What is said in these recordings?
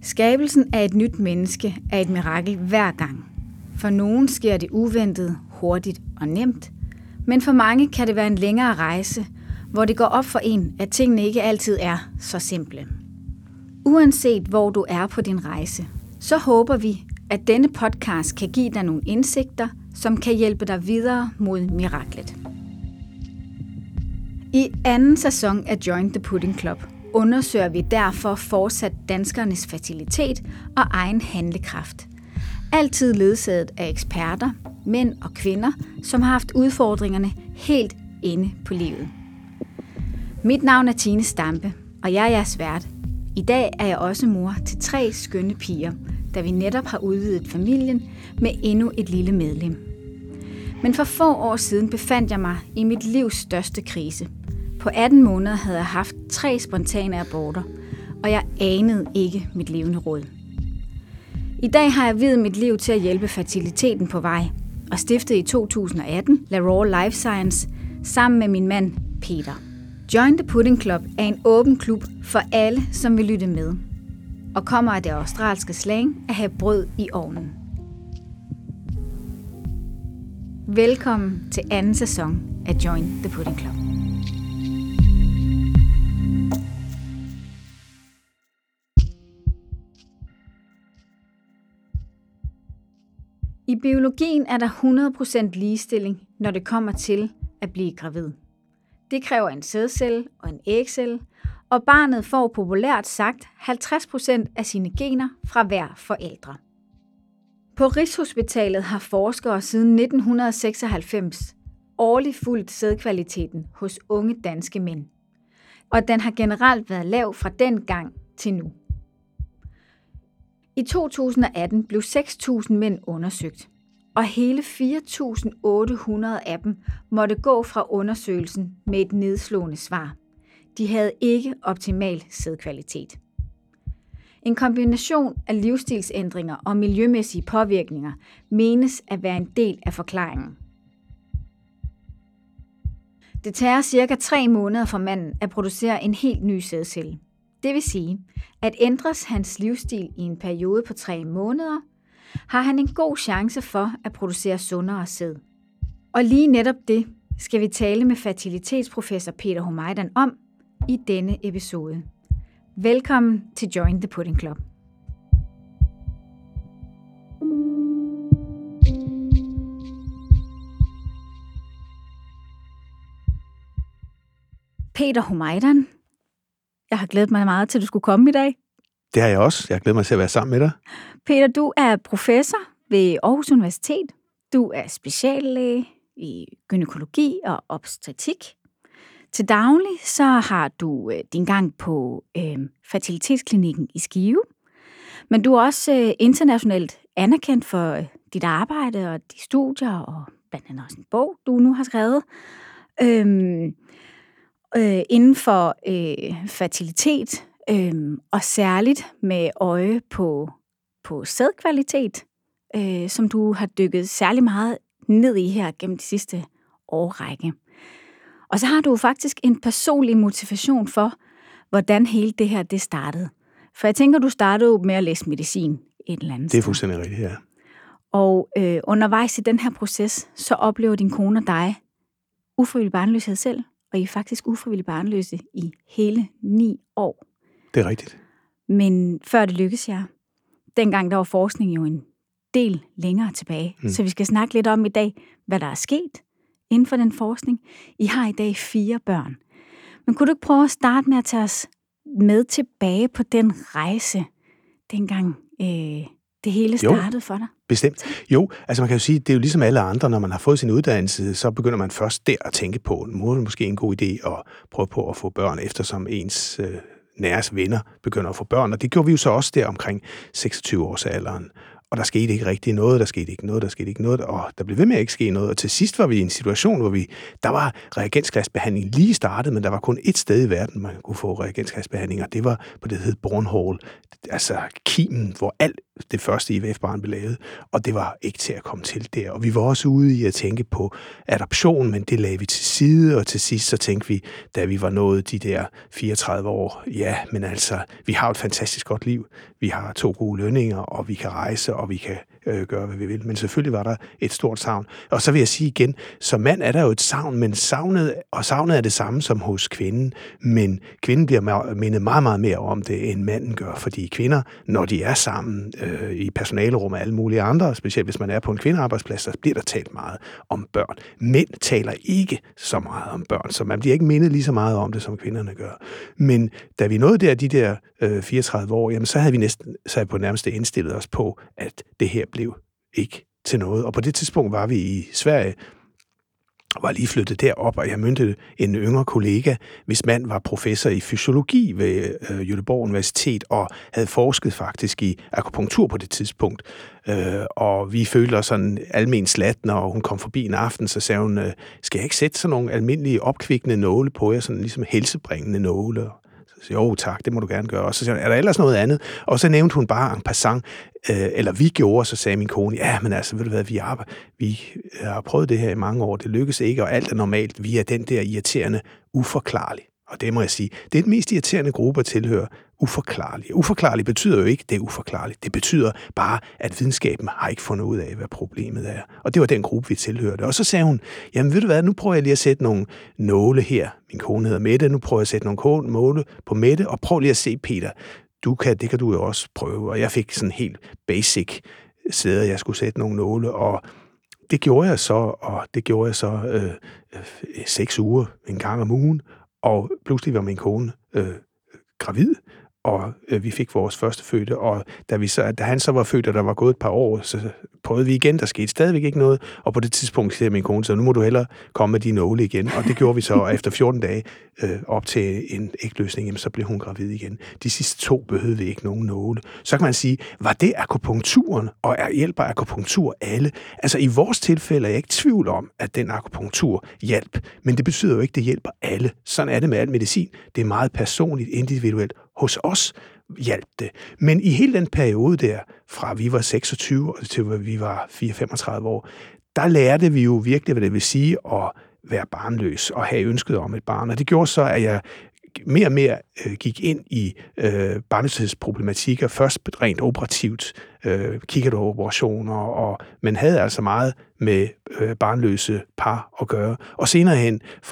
Skabelsen af et nyt menneske er et mirakel hver gang. For nogen sker det uventet, hurtigt og nemt, men for mange kan det være en længere rejse, hvor det går op for en, at tingene ikke altid er så simple. Uanset hvor du er på din rejse, så håber vi, at denne podcast kan give dig nogle indsigter, som kan hjælpe dig videre mod miraklet. I anden sæson af Join the Pudding Club undersøger vi derfor fortsat danskernes fertilitet og egen handlekraft. Altid ledsaget af eksperter, mænd og kvinder, som har haft udfordringerne helt inde på livet. Mit navn er Tine Stampe, og jeg er jeres vært. I dag er jeg også mor til 3 skønne piger, da vi netop har udvidet familien med endnu et lille medlem. Men for få år siden befandt jeg mig i mit livs største krise. På 18 måneder havde jeg haft 3 spontane aborter, og jeg anede ikke mit levende råd. I dag har jeg viet mit liv til at hjælpe fertiliteten på vej, og stiftede i 2018 LaRaw Life Science sammen med min mand Peter. Join the Pudding Club er en åben klub for alle, som vil lytte med, og kommer af det australske slang at have brød i ovnen. Velkommen til anden sæson af Join the Pudding Club. I biologien er der 100% ligestilling, når det kommer til at blive gravid. Det kræver en sædcelle og en ægcelle, og barnet får populært sagt 50% af sine gener fra hver forældre. På Rigshospitalet har forskere siden 1996 årligt fulgt sædkvaliteten hos unge danske mænd, og den har generelt været lav fra den gang til nu. I 2018 blev 6.000 mænd undersøgt, og hele 4.800 af dem måtte gå fra undersøgelsen med et nedslående svar. De havde ikke optimal sædkvalitet. En kombination af livsstilsændringer og miljømæssige påvirkninger menes at være en del af forklaringen. Det tager ca. 3 måneder for manden at producere en helt ny sædcelle. Det vil sige, at ændres hans livsstil i en periode på 3 måneder, har han en god chance for at producere sundere sæd. Og lige netop det skal vi tale med fertilitetsprofessor Peter Humaydan om i denne episode. Velkommen til Join the Pudding Club. Peter Humaydan, jeg har glædet mig meget til, at du skulle komme i dag. Det har jeg også. Jeg glæder mig til at være sammen med dig. Peter, du er professor ved Aarhus Universitet. Du er speciallæge i gynækologi og obstetrik. Til daglig så har du din gang på fertilitetsklinikken i Skive. Men du er også internationalt anerkendt for dit arbejde og de studier, og blandt andet også en bog, du nu har skrevet. Inden for fertilitet, og særligt med øje på sædkvalitet, som du har dykket særlig meget ned i her gennem de sidste årrække. Og så har du faktisk en personlig motivation for, hvordan hele det her det startede. For jeg tænker, du startede med at læse medicin et eller andet sted. Det er fuldstændig rigtigt, ja. Og undervejs i den her proces, så oplever din kone og dig ufrivillig barnløshed selv, og I er faktisk ufrivillig barnløse i hele 9 år. Det er rigtigt. Men før det lykkedes jer, dengang der var forskning jo en del længere tilbage. Så vi skal snakke lidt om i dag, hvad der er sket inden for den forskning. I har i dag 4 børn. Men kunne du ikke prøve at starte med at tage os med tilbage på den rejse, dengang det hele startede for dig? Bestemt. Jo, altså man kan jo sige, det er jo ligesom alle andre, når man har fået sin uddannelse, så begynder man først der at tænke på, nu er det måske en god idé at prøve på at få børn, eftersom ens næres venner begynder at få børn. Og det gjorde vi jo så også der omkring 26-årsalderen. og der skete ikke rigtig noget, der skete ikke noget, og der blev ved med at ikke ske noget. Og til sidst var vi i en situation, hvor der var reagensglasbehandling lige startet, men der var kun ét sted i verden, man kunne få reagensglasbehandling, og det var på det, der hed Bornhall, altså kimen, hvor alt det første IVF-barn blev lavet, og det var ikke til at komme til der. Og vi var også ude i at tænke på adoption, men det lagde vi til side, og til sidst så tænkte vi, da vi var nået de der 34 år, ja, men altså, vi har et fantastisk godt liv, vi har 2 gode lønninger, og vi kan rejse, og vi kan gøre, hvad vi vil. Men selvfølgelig var der et stort savn. Og så vil jeg sige igen, som mand er der jo et savn, men savnet er det samme som hos kvinden, men kvinden bliver mindet meget, meget mere om det, end manden gør, fordi kvinder, når de er sammen i personalerum og alle mulige andre, specielt hvis man er på en kvindearbejdsplads, så bliver der talt meget om børn. Mænd taler ikke så meget om børn, så man bliver ikke mindet lige så meget om det, som kvinderne gør. Men da vi nåede de der 34 år, jamen, så havde vi på nærmest indstillet os på, at det her blev ikke til noget. Og på det tidspunkt var vi i Sverige, og var lige flyttet derop, og jeg mødte en yngre kollega, hvis mand var professor i fysiologi ved Göteborg Universitet, og havde forsket faktisk i akupunktur på det tidspunkt. Og vi følte os sådan almen slat, når hun kom forbi en aften, så sagde hun, skal jeg ikke sætte sådan nogle almindelige opkvikkende nåle på jer, sådan ligesom helsebringende nåle? Jo tak, det må du gerne gøre. Og så siger hun, er der ellers noget andet? Og så nævnte hun bare en passant, eller vi gjorde, så sagde min kone, ja, men altså, ved du hvad, vi har prøvet det her i mange år, det lykkes ikke, og alt er normalt. Vi er den der irriterende uforklarlig. Og det må jeg sige, det er den mest irriterende gruppe at tilhøre, uforklarlig. Uforklarlig betyder jo ikke, det er uforklarligt. Det betyder bare, at videnskaben har ikke fundet ud af, hvad problemet er. Og det var den gruppe, vi tilhørte. Og så sagde hun, jamen ved du hvad, nu prøver jeg lige at sætte nogle nåle her. Min kone hedder Mette, nu prøver jeg at sætte nogle nåle på Mette, og prøv lige at se, Peter, det kan du jo også prøve. Og jeg fik sådan helt basic sæde, jeg skulle sætte nogle nåle, og det gjorde jeg så 6 uger, en gang om ugen, og pludselig var min kone gravid, og vi fik vores første fødte, og da han så var født, og der var gået et par år, så prøvede vi igen, der skete stadigvæk ikke noget, og på det tidspunkt siger min kone, så nu må du hellere komme med de nåle igen, og det gjorde vi så, og efter 14 dage op til en ægløsning, jamen, så blev hun gravid igen. De sidste 2 behøvede vi ikke nogen nåle. Så kan man sige, var det akupunkturen, og hjælper akupunktur alle? Altså i vores tilfælde er jeg ikke tvivl om, at den akupunktur hjælp, men det betyder jo ikke, at det hjælper alle. Sådan er det med al medicin. Det er meget personligt, individuelt. Hos os hjalp det. Men i hele den periode der, fra vi var 26 til vi var 34-35 år, der lærte vi jo virkelig, hvad det vil sige at være barnløs og have ønsket om et barn. Og det gjorde så, at jeg mere og mere gik ind i barnløshedsproblematikker. Først rent operativt, kikkertoperationer, men havde altså meget med barnløse par at gøre. Og senere hen, fra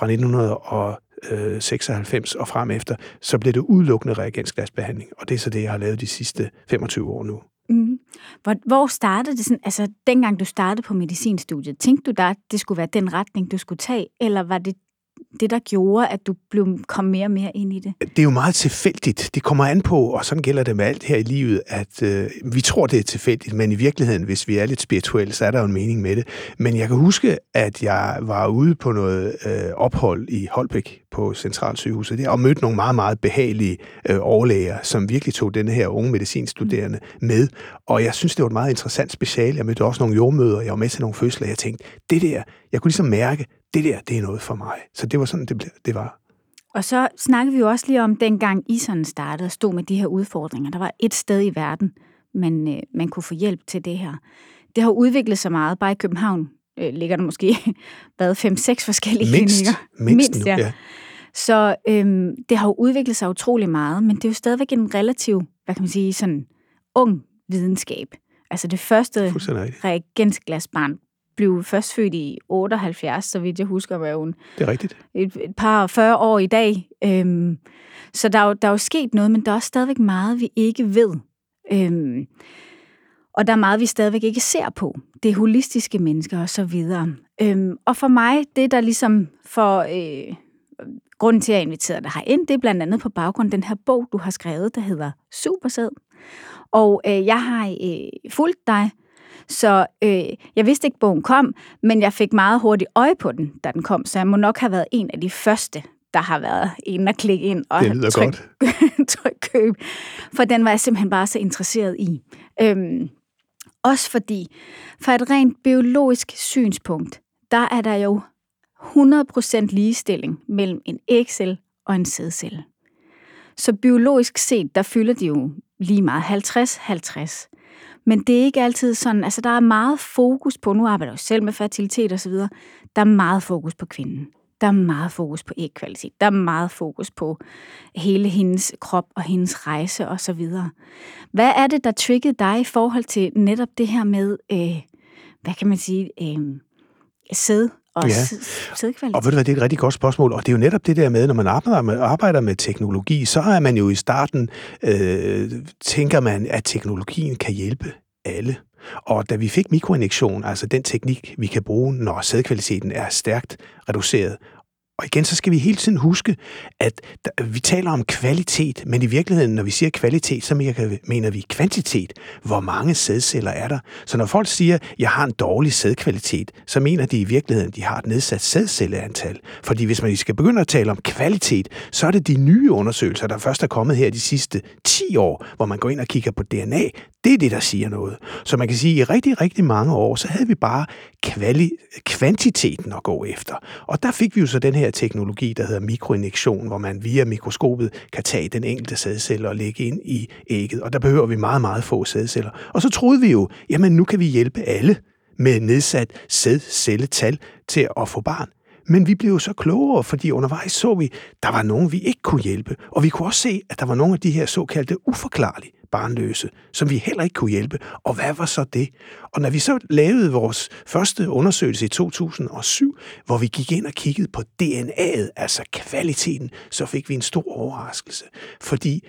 1996 og frem efter, så blev det udelukkende reagensglasbehandling. Og det er så det, jeg har lavet de sidste 25 år nu. Mm. Hvor startede det sådan, altså dengang du startede på medicinstudiet, tænkte du da, at det skulle være den retning, du skulle tage, eller var det det, der gjorde, at du kom mere og mere ind i det? Det er jo meget tilfældigt. Det kommer an på, og sådan gælder det med alt her i livet, at vi tror, det er tilfældigt, men i virkeligheden, hvis vi er lidt spirituelle, så er der jo en mening med det. Men jeg kan huske, at jeg var ude på noget ophold i Holbæk på Centralsygehuset der, og mødte nogle meget, meget behagelige overlæger, som virkelig tog denne her unge medicinstuderende med. Og jeg synes, det var et meget interessant speciale. Jeg mødte også nogle jordmøder, jeg var med til nogle fødsler, jeg tænkte, det der, jeg kunne ligesom mærke, det er noget for mig. Så det var sådan, det var. Og så snakkede vi jo også lige om, dengang I sådan startede og stod med de her udfordringer. Der var et sted i verden, man kunne få hjælp til det her. Det har udviklet sig meget. Bare i København ligger der måske 5-6 forskellige klinikker. Mindst nu, ja. Så det har jo udviklet sig utrolig meget, men det er jo stadigvæk en relativ, hvad kan man sige, sådan ung videnskab. Altså det første reagensglasbarn blev først født i 78, så vidt jeg husker, var hun det er rigtigt. Et par 40 år i dag. Så der er jo sket noget, men der er også stadigvæk meget, vi ikke ved. Og der er meget, vi stadigvæk ikke ser på. Det er holistiske mennesker og så videre. Og for mig, det der ligesom grunden til, at jeg inviterede dig herind, det er blandt andet på baggrund af den her bog, du har skrevet, der hedder Supersæd. Og jeg har fulgt dig, så jeg vidste ikke, bogen kom, men jeg fik meget hurtigt øje på den, da den kom, så jeg må nok have været en af de første, der har været inde og klikke ind og tryk køb, for den var jeg simpelthen bare så interesseret i. Også fordi, fra et rent biologisk synspunkt, der er der jo 100% ligestilling mellem en ægcelle og en sædcelle. Så biologisk set, der fylder de jo lige meget 50-50. Men det er ikke altid sådan, altså der er meget fokus på, nu arbejder jeg jo selv med fertilitet og så videre, der er meget fokus på kvinden. Der er meget fokus på ægkvalitet. Der er meget fokus på hele hendes krop og hendes rejse og så videre. Hvad er det, der triggede dig i forhold til netop det her med, hvad kan man sige, sæd og sædkvalitet? Og ved du hvad, det er et rigtig godt spørgsmål, og det er jo netop det der med, når man arbejder med teknologi, så er man jo i starten, tænker man, at teknologien kan hjælpe alle. Og da vi fik mikroinjektion, altså den teknik, vi kan bruge, når sædkvaliteten er stærkt reduceret, og igen, så skal vi hele tiden huske, at vi taler om kvalitet, men i virkeligheden, når vi siger kvalitet, så mener vi kvantitet. Hvor mange sædceller er der? Så når folk siger, at jeg har en dårlig sædkvalitet, så mener de i virkeligheden, at de har et nedsat sædcelleantal. Fordi hvis man skal begynde at tale om kvalitet, så er det de nye undersøgelser, der først er kommet her de sidste 10 år, hvor man går ind og kigger på DNA. Det er det, der siger noget. Så man kan sige, at i rigtig, rigtig mange år, så havde vi bare kvantiteten at gå efter. Og der fik vi jo så den her teknologi, der hedder mikroinjektion, hvor man via mikroskopet kan tage den enkelte sædcelle og lægge ind i ægget. Og der behøver vi meget, meget få sædceller. Og så troede vi jo, jamen nu kan vi hjælpe alle med nedsat sædcelletal til at få barn. Men vi blev jo så klogere, fordi undervejs så vi, der var nogen, vi ikke kunne hjælpe. Og vi kunne også se, at der var nogle af de her såkaldte uforklarlige barnløse, som vi heller ikke kunne hjælpe. Og hvad var så det? Og når vi så lavede vores første undersøgelse i 2007, hvor vi gik ind og kiggede på DNA'et, altså kvaliteten, så fik vi en stor overraskelse. Fordi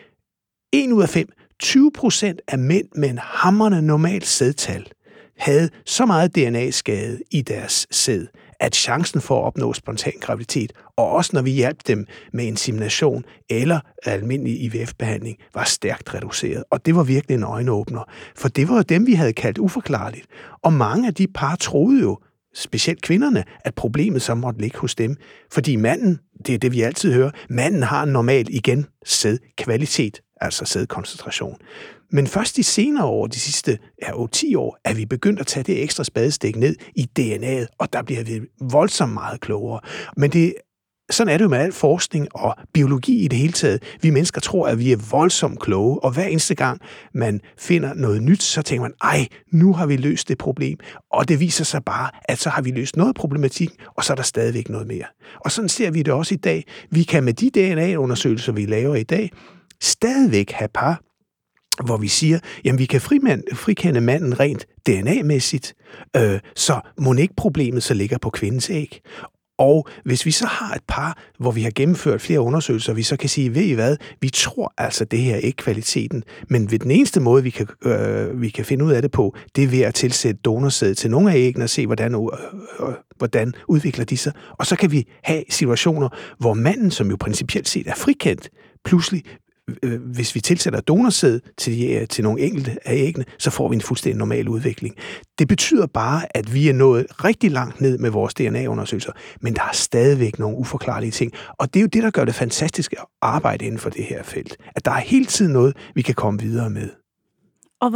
1 ud af 5, 20% af mænd med en hamrende normalt sædtal, havde så meget DNA-skade i deres sæd, at chancen for at opnå spontan graviditet, og også når vi hjalp dem med insemination eller almindelig IVF-behandling, var stærkt reduceret. Og det var virkelig en øjenåbner, for det var jo dem, vi havde kaldt uforklarligt. Og mange af de par troede jo, specielt kvinderne, at problemet så måtte ligge hos dem. Fordi manden, det er det, vi altid hører, manden har en normal igen sædkvalitet, altså sædkoncentration. Men først de senere år, de sidste 10 år, er vi begyndt at tage det ekstra spadestik ned i DNA'et, og der bliver vi voldsomt meget klogere. Men sådan er det jo med al forskning og biologi i det hele taget. Vi mennesker tror, at vi er voldsomt kloge, og hver eneste gang man finder noget nyt, så tænker man, nu har vi løst det problem. Og det viser sig bare, at så har vi løst noget problematik, og så er der stadigvæk noget mere. Og sådan ser vi det også i dag. Vi kan med de DNA-undersøgelser, vi laver i dag, stadigvæk have par, hvor vi siger, jamen vi kan frikende manden rent DNA-mæssigt, så må ikke problemet så ligger på kvindens æg. Og hvis vi så har et par, hvor vi har gennemført flere undersøgelser, vi så kan sige, ved I hvad, vi tror altså, det her er ikke kvaliteten, men ved den eneste måde, vi kan finde ud af det på, det er ved at tilsætte donorsæd til nogle af æggene og se, hvordan udvikler de sig. Og så kan vi have situationer, hvor manden, som jo principielt set er frikendt, pludselig hvis vi tilsætter donorsæd til nogle enkelte af æggene, så får vi en fuldstændig normal udvikling. Det betyder bare, at vi er nået rigtig langt ned med vores DNA-undersøgelser, men der er stadigvæk nogle uforklarlige ting. Og det er jo det, der gør det fantastiske arbejde inden for det her felt. At der er hele tiden noget, vi kan komme videre med. Og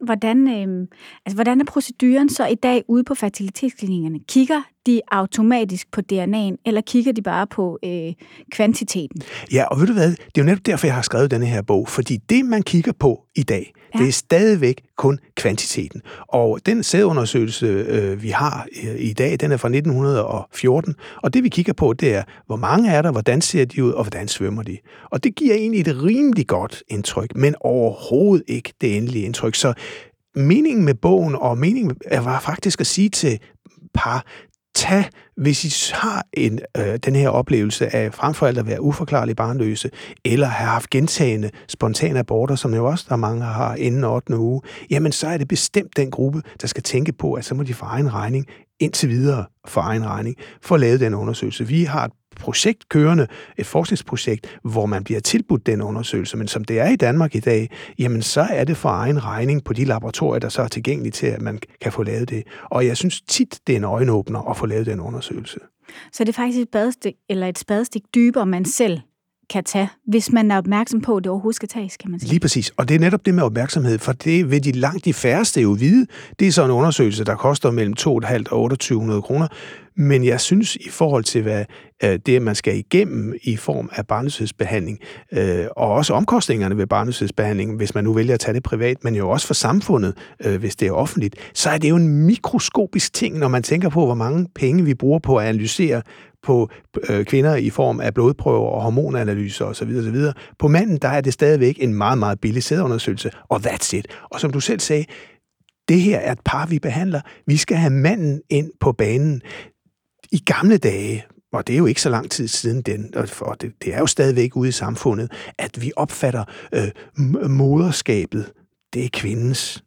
hvordan er proceduren så i dag ude på fertilitetsklinikkerne? Kigger de automatisk på DNA'en, eller kigger de bare på kvantiteten? Ja, og ved du hvad? Det er jo netop derfor, jeg har skrevet denne her bog. Fordi det, man kigger på i dag, det er stadigvæk kun kvantiteten. Og den sædundersøgelse, vi har i dag, den er fra 1914. Og det, vi kigger på, det er, hvor mange er der, hvordan ser de ud, og hvordan svømmer de. Og det giver egentlig et rimelig godt indtryk, men overhovedet ikke det endelige indtryk. Så meningen med bogen, og meningen var faktisk at sige til par, hvis I har den her oplevelse af frem for alt at være uforklarlige barnløse, eller have haft gentagende spontane aborter, som jo også der mange har inden 8. uge, jamen så er det bestemt den gruppe, der skal tænke på, at så må de for egen regning, indtil videre for egen regning, for at lave den undersøgelse. Vi har et projekt kørende, et forskningsprojekt, hvor man bliver tilbudt den undersøgelse, men som det er i Danmark i dag, jamen så er det for egen regning på de laboratorier, der så er tilgængelige til, at man kan få lavet det. Og jeg synes tit, det er en øjenåbner at få lavet den undersøgelse. Så det er faktisk et spadestik dybere, man selv kan tage, hvis man er opmærksom på, at det overhovedet skal tages, kan man sige. Lige præcis. Og det er netop det med opmærksomhed, for det vil langt de færreste jo vide. Det er så en undersøgelse, der koster mellem 2.500 og 2.800 kroner. Men jeg synes, i forhold til, hvad det, man skal igennem i form af barnløshedsbehandling, og også omkostningerne ved barnløshedsbehandling, hvis man nu vælger at tage det privat, men jo også for samfundet, hvis det er offentligt, så er det jo en mikroskopisk ting, når man tænker på, hvor mange penge vi bruger på at analysere på kvinder i form af blodprøver og hormonanalyser osv. osv. På manden, der er det stadigvæk en meget, meget billig sædundersøgelse, og that's it. Og som du selv sagde, det her er et par, vi behandler. Vi skal have manden ind på banen. I gamle dage, og det er jo ikke så lang tid siden og det er jo stadigvæk ude i samfundet, at vi opfatter moderskabet, det er kvindens.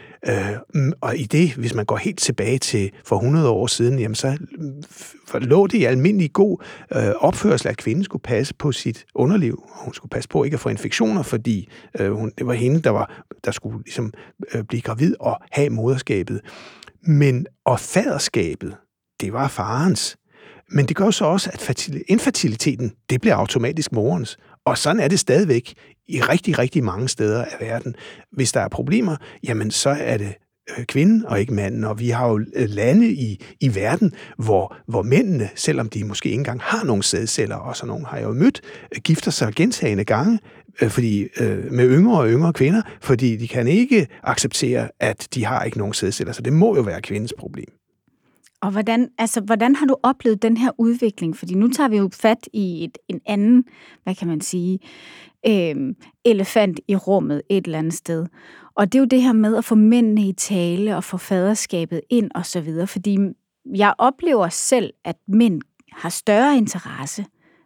Og i det, hvis man går helt tilbage til for 100 år siden, jamen så lå det i almindelig god opførsel, at kvinden skulle passe på sit underliv. Hun skulle passe på ikke at få infektioner, fordi det var hende, der skulle ligesom blive gravid og have moderskabet. Og faderskabet, det var farens. Men det gør så også, at infertiliteten, det bliver automatisk morens. Og sådan er det stadigvæk i rigtig, rigtig mange steder af verden. Hvis der er problemer, jamen så er det kvinden og ikke manden. Og vi har jo lande i verden, hvor mændene, selvom de måske ikke engang har nogle sædceller, og sådan nogle har jeg jo mødt, gifter sig gentagne gange med yngre og yngre kvinder, fordi de kan ikke acceptere, at de har ikke nogen sædceller. Så det må jo være kvindens problem. Og hvordan har du oplevet den her udvikling? Fordi nu tager vi jo fat i en anden, hvad kan man sige, elefant i rummet et eller andet sted. Og det er jo det her med at få mændene i tale og få faderskabet ind og så videre. Fordi jeg oplever selv, at mænd har større interesse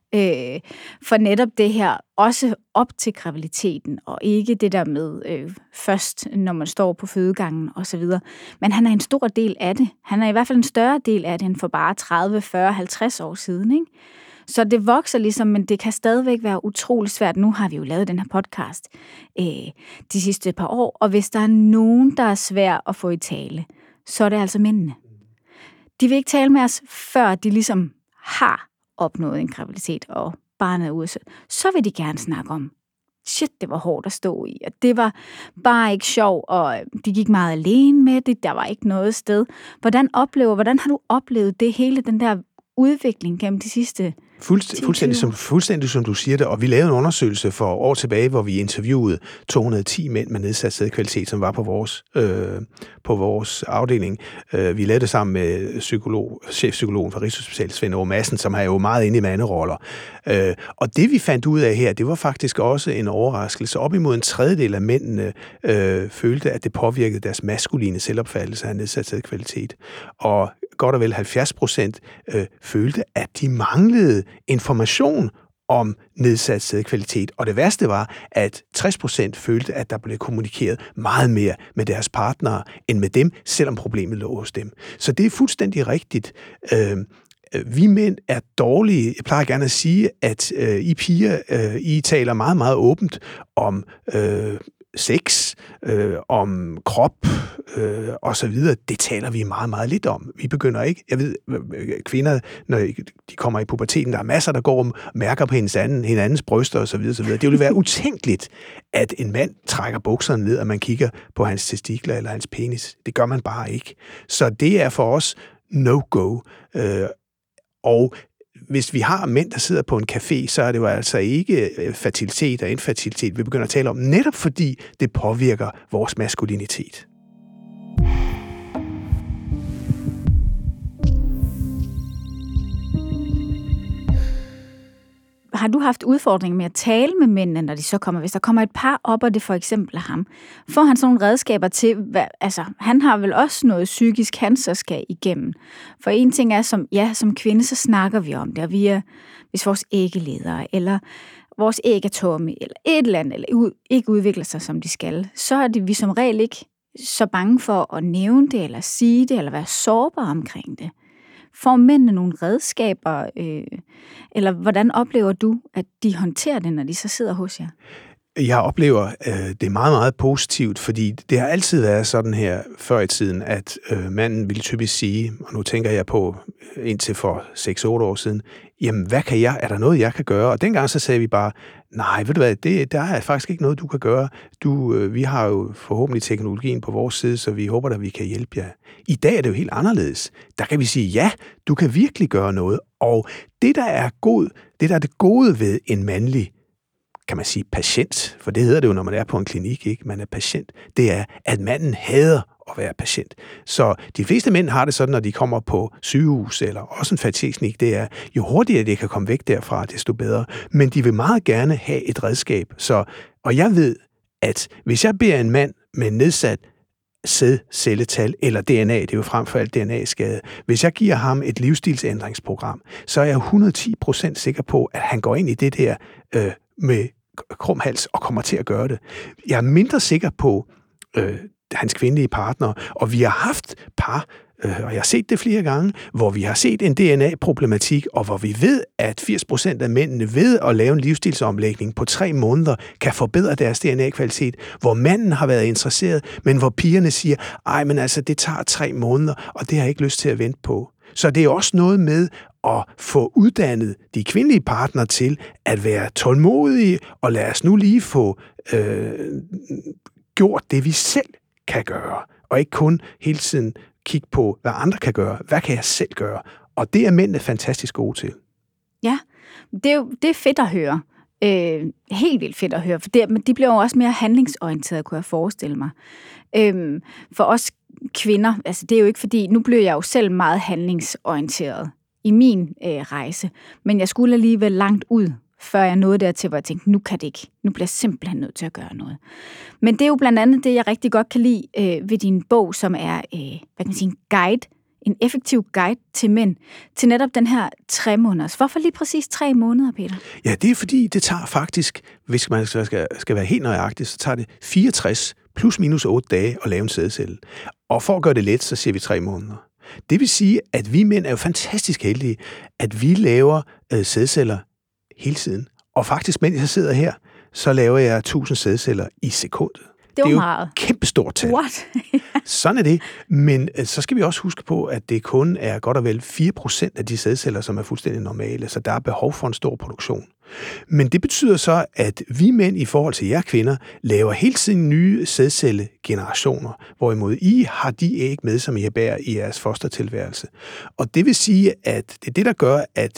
for netop det her, også op til graviditeten, og ikke det der med først, når man står på fødegangen og så videre. Men han er en stor del af det. Han er i hvert fald en større del af det, end for bare 30, 40, 50 år siden, ikke? Så det vokser ligesom, men det kan stadigvæk være utrolig svært. Nu har vi jo lavet den her podcast de sidste par år, og hvis der er nogen, der er svær at få i tale, så er det altså mændene. De vil ikke tale med os, før de ligesom har opnået en graviditet, og barnet er ude, så vil de gerne snakke om, shit, det var hårdt at stå i, og det var bare ikke sjov, og de gik meget alene med det, der var ikke noget sted. Hvordan har du oplevet det hele, den der udvikling gennem de sidste Fuldstændig som du siger det, og vi lavede en undersøgelse for år tilbage, hvor vi interviewede 210 mænd med nedsat sædkvalitet, som var på vores afdeling. Vi lavede det sammen med chefpsykologen fra Rigshospitalet, Svend Aage Madsen, som er jo meget inde i manderoller. Og det vi fandt ud af her, det var faktisk også en overraskelse. Op imod en tredjedel af mændene følte, at det påvirkede deres maskuline selvopfattelse af nedsat sædkvalitet. Og godt og vel 70% følte, at de manglede information om nedsat sædkvalitet. Og det værste var, at 60% følte, at der blev kommunikeret meget mere med deres partnere end med dem, selvom problemet lå hos dem. Så det er fuldstændig rigtigt. Vi mænd er dårlige. Jeg plejer gerne at sige, at I piger, I taler meget, meget åbent om sex, om krop og så videre. Det taler vi meget, meget lidt om. Vi begynder ikke. Jeg ved, kvinder, når de kommer i puberteten, der er masser, der går og mærker på hinandens bryster og så videre, så videre. Det ville være utænkeligt, at en mand trækker bukserne ned, og man kigger på hans testikler eller hans penis. Det gør man bare ikke. Så det er for os no-go. Og hvis vi har mænd, der sidder på en café, så er det jo altså ikke fertilitet og infertilitet, vi begynder at tale om, netop fordi det påvirker vores maskulinitet. Har du haft udfordringer med at tale med mændene, når de så kommer? Hvis der kommer et par op, og det for eksempel er ham, får han sådan nogle redskaber til, han har vel også noget psykisk, han så skal igennem. For en ting er, som kvinde, så snakker vi om det, og hvis vores æg er ledere, eller vores æg er tomme, eller et eller andet, eller ikke udvikler sig, som de skal, så er vi som regel ikke så bange for at nævne det, eller sige det, eller være sårbare omkring det. Får mændene nogle redskaber, eller hvordan oplever du, at de håndterer det, når de så sidder hos jer? Jeg oplever det meget, meget positivt, fordi det har altid været sådan her før i tiden, at manden ville typisk sige, og nu tænker jeg på indtil for 6-8 år siden, jamen hvad kan jeg, er der noget, jeg kan gøre? Og dengang så sagde vi bare, nej, ved du hvad, der er faktisk ikke noget, du kan gøre. Vi har jo forhåbentlig teknologien på vores side, så vi håber, at vi kan hjælpe jer. I dag er det jo helt anderledes. Der kan vi sige, ja, du kan virkelig gøre noget. Og det, der er det gode ved en mandlig, kan man sige, patient, for det hedder det jo, når man er på en klinik, ikke? Man er patient, det er, at manden hader at være patient. Så de fleste mænd har det sådan, når de kommer på sygehus eller også en fertilitetsklinik, det er, jo hurtigere det kan komme væk derfra, desto bedre. Men de vil meget gerne have et redskab. Og jeg ved, at hvis jeg beder en mand med nedsat sædcelletal eller DNA, det er jo frem for alt DNA-skade, hvis jeg giver ham et livsstilsændringsprogram, så er jeg 110% sikker på, at han går ind i det der med krum hals og kommer til at gøre det. Jeg er mindre sikker på hans kvindelige partner, og vi har haft par, og jeg har set det flere gange, hvor vi har set en DNA-problematik, og hvor vi ved, at 80% af mændene ved at lave en livsstilsomlægning på 3 måneder, kan forbedre deres DNA-kvalitet, hvor manden har været interesseret, men hvor pigerne siger, ej, men altså, det tager 3 måneder, og det har jeg ikke lyst til at vente på. Så det er også noget med at få uddannet de kvindelige partnere til at være tålmodige, og lad os nu lige få gjort det, vi selv kan gøre, og ikke kun hele tiden kigge på, hvad andre kan gøre. Hvad kan jeg selv gøre? Og det er mændene fantastisk gode til. Ja, det er fedt at høre. Helt vildt fedt at høre, men de bliver jo også mere handlingsorienterede, kunne jeg forestille mig. For os kvinder, altså det er jo ikke fordi, nu blev jeg jo selv meget handlingsorienteret i min rejse, men jeg skulle alligevel langt ud, før jeg nåede dertil, hvor jeg tænkte, nu kan det ikke. Nu bliver jeg simpelthen nødt til at gøre noget. Men det er jo blandt andet det, jeg rigtig godt kan lide ved din bog, som er hvad kan man sige, en guide, en effektiv guide til mænd, til netop den her 3 måneders. Hvorfor lige præcis 3 måneder, Peter? Ja, det er fordi, det tager faktisk, hvis man skal være helt nøjagtig, så tager det 64 plus minus 8 dage at lave en sædcelle. Og for at gøre det let, så siger vi 3 måneder. Det vil sige, at vi mænd er jo fantastisk heldige, at vi laver sædceller hele tiden. Og faktisk, mens jeg sidder her, så laver jeg 1000 sædceller i sekundet. Det er jo meget. Kæmpestort tal. What? Sådan er det. Men så skal vi også huske på, at det kun er godt og vel 4% af de sædceller, som er fuldstændig normale, så der er behov for en stor produktion. Men det betyder så, at vi mænd i forhold til jer kvinder laver hele tiden nye sædcellegenerationer, hvorimod I har de æg med, som I bærer i jeres fostertilværelse. Og det vil sige, at det er det, der gør, at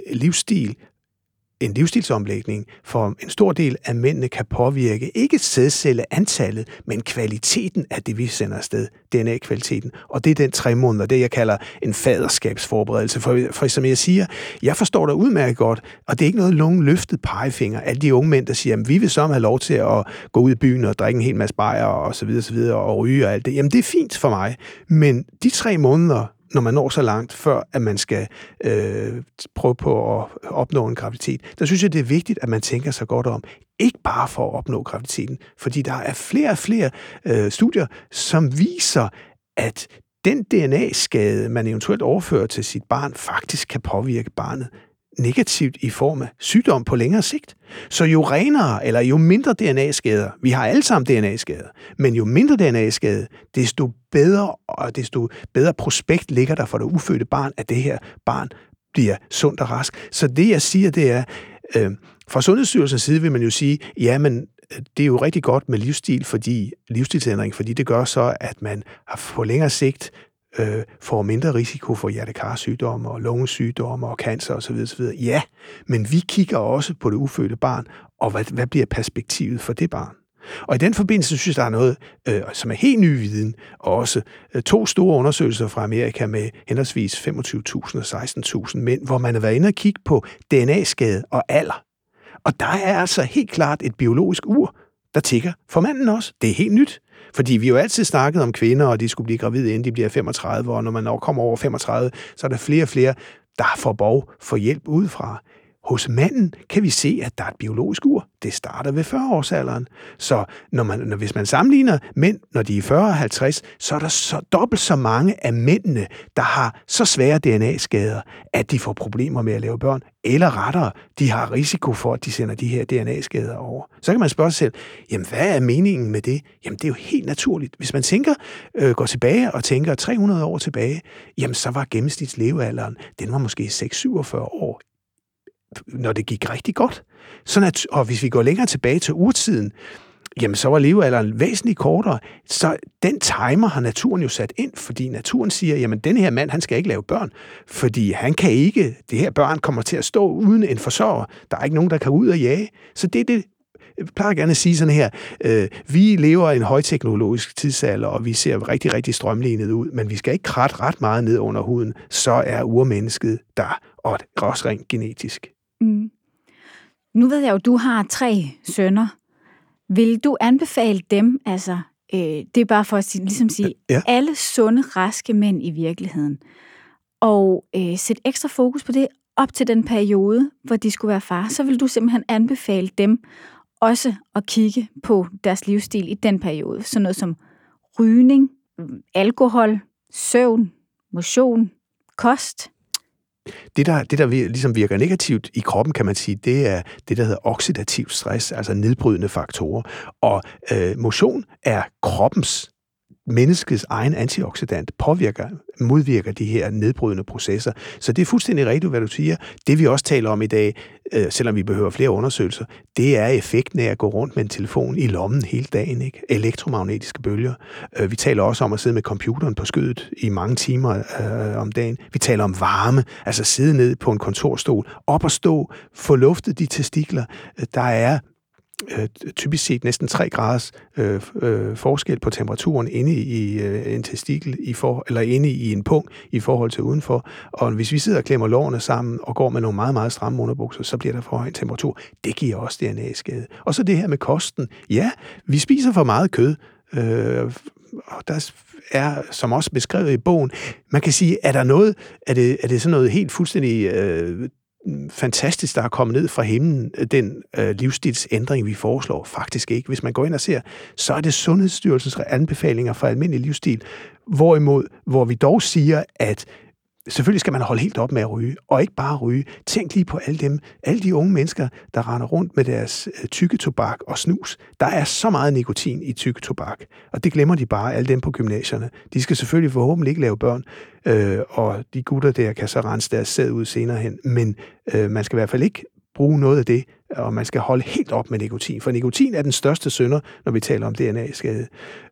en livsstilsomlægning for en stor del af mændene kan påvirke ikke sædcelleantallet, men kvaliteten af det, vi sender afsted, DNA-kvaliteten. Og det er den 3 måneder, det jeg kalder en faderskabsforberedelse. For som jeg siger, jeg forstår dig udmærket godt, og det er ikke noget lunge løftet pegefinger. Alle de unge mænd, der siger, at vi vil så have lov til at gå ud i byen og drikke en hel masse bajer og så videre, og ryge og alt det. Jamen det er fint for mig, men de 3 måneder, når man når så langt, før at man skal prøve på at opnå en graviditet, der synes jeg, det er vigtigt, at man tænker sig godt om. Ikke bare for at opnå graviditeten, fordi der er flere og flere studier, som viser, at den DNA-skade, man eventuelt overfører til sit barn, faktisk kan påvirke barnet negativt i form af sygdom på længere sigt. Så jo renere, eller jo mindre DNA-skader, vi har alle sammen DNA-skader, men jo mindre DNA-skade, desto bedre og desto bedre prospekt ligger der for det ufødte barn, at det her barn bliver sundt og rask. Så det, jeg siger, det er, fra Sundhedsstyrelsens side vil man jo sige, ja, men det er jo rigtig godt med livsstilsændring, fordi det gør så, at man har på længere sigt får mindre risiko for hjertekarsygdomme og lungesygdomme og cancer osv. Ja, men vi kigger også på det ufødte barn, og hvad bliver perspektivet for det barn? Og i den forbindelse synes jeg, der er noget, som er helt ny viden, og også 2 store undersøgelser fra Amerika med henholdsvis 25.000 og 16.000 mænd, hvor man har været inde og kigge på DNA-skade og alder. Og der er altså helt klart et biologisk ur, der tikker for manden også. Det er helt nyt. Fordi vi jo altid snakket om kvinder, og de skulle blive gravide, inden de bliver 35, og når man kommer over 35, så er der flere og flere, der får behov for hjælp udefra. hos manden kan vi se, at der er et biologisk ur. Det starter ved 40-årsalderen. Så hvis man sammenligner mænd, når de er 40 og 50, så er der så dobbelt så mange af mændene, der har så svære DNA-skader, at de får problemer med at lave børn, eller rettere, de har risiko for, at de sender de her DNA-skader over. Så kan man spørge sig selv, jamen hvad er meningen med det? Jamen det er jo helt naturligt. Hvis man går tilbage og tænker 300 år tilbage, jamen så var gennemsnitslevealderen, den var måske 6-47 år, når det gik rigtig godt. Og hvis vi går længere tilbage til urtiden, jamen så var levealderen væsentligt kortere. Så den timer har naturen jo sat ind, fordi naturen siger, jamen den her mand, han skal ikke lave børn, fordi han kan ikke, det her børn kommer til at stå uden en forsørger. Der er ikke nogen, der kan ud og jage. Så det er det, jeg plejer gerne at sige sådan her, vi lever i en højteknologisk tidsalder, og vi ser rigtig, rigtig strømlignet ud, men vi skal ikke kratte ret meget ned under huden, så er urmennesket der, og også rent genetisk. Mm. Nu ved jeg jo, du har 3 sønner. Vil du anbefale dem, altså, det er bare for at ligesom sige, alle sunde, raske mænd i virkeligheden, og sætte ekstra fokus på det op til den periode, hvor de skulle være far, så vil du simpelthen anbefale dem også at kigge på deres livsstil i den periode. Sådan noget som rygning, alkohol, søvn, motion, kost. Det, der ligesom virker negativt i kroppen, kan man sige, det er det, der hedder oxidativ stress, altså nedbrydende faktorer. Og motion er menneskets egen antioxidant, modvirker de her nedbrydende processer. Så det er fuldstændig rigtigt, hvad du siger. Det vi også taler om i dag, selvom vi behøver flere undersøgelser, det er effekten af at gå rundt med en telefon i lommen hele dagen, ikke? Elektromagnetiske bølger. Vi taler også om at sidde med computeren på skødet i mange timer om dagen. Vi taler om varme, altså sidde ned på en kontorstol, op og stå, få luftet de testikler. Der er typisk set næsten 3 graders forskel på temperaturen inde i en testikel, eller inde i en pung i forhold til udenfor. Og hvis vi sidder og klemmer lårene sammen og går med nogle meget, meget stramme underbukser, så bliver der for høj temperatur. Det giver også DNA-skade. Og så det her med kosten. Ja, vi spiser for meget kød, og der er, som også beskrevet i bogen, man kan sige, er det sådan noget helt fuldstændig fantastisk, der er kommet ned fra himlen, den livsstilsændring, vi foreslår? Faktisk ikke. Hvis man går ind og ser, så er det Sundhedsstyrelsens anbefalinger for almindelig livsstil, hvor vi dog siger, at selvfølgelig skal man holde helt op med at ryge, og ikke bare ryge. Tænk lige på alle de unge mennesker, der render rundt med deres tykketobak og snus. Der er så meget nikotin i tykketobak, og det glemmer de bare, alle dem på gymnasierne. De skal selvfølgelig forhåbentlig ikke lave børn, og de gutter der kan så rense deres sæd ud senere hen, men man skal i hvert fald ikke bruge noget af det, og man skal holde helt op med nikotin, for nikotin er den største synder, når vi taler om DNA-skade.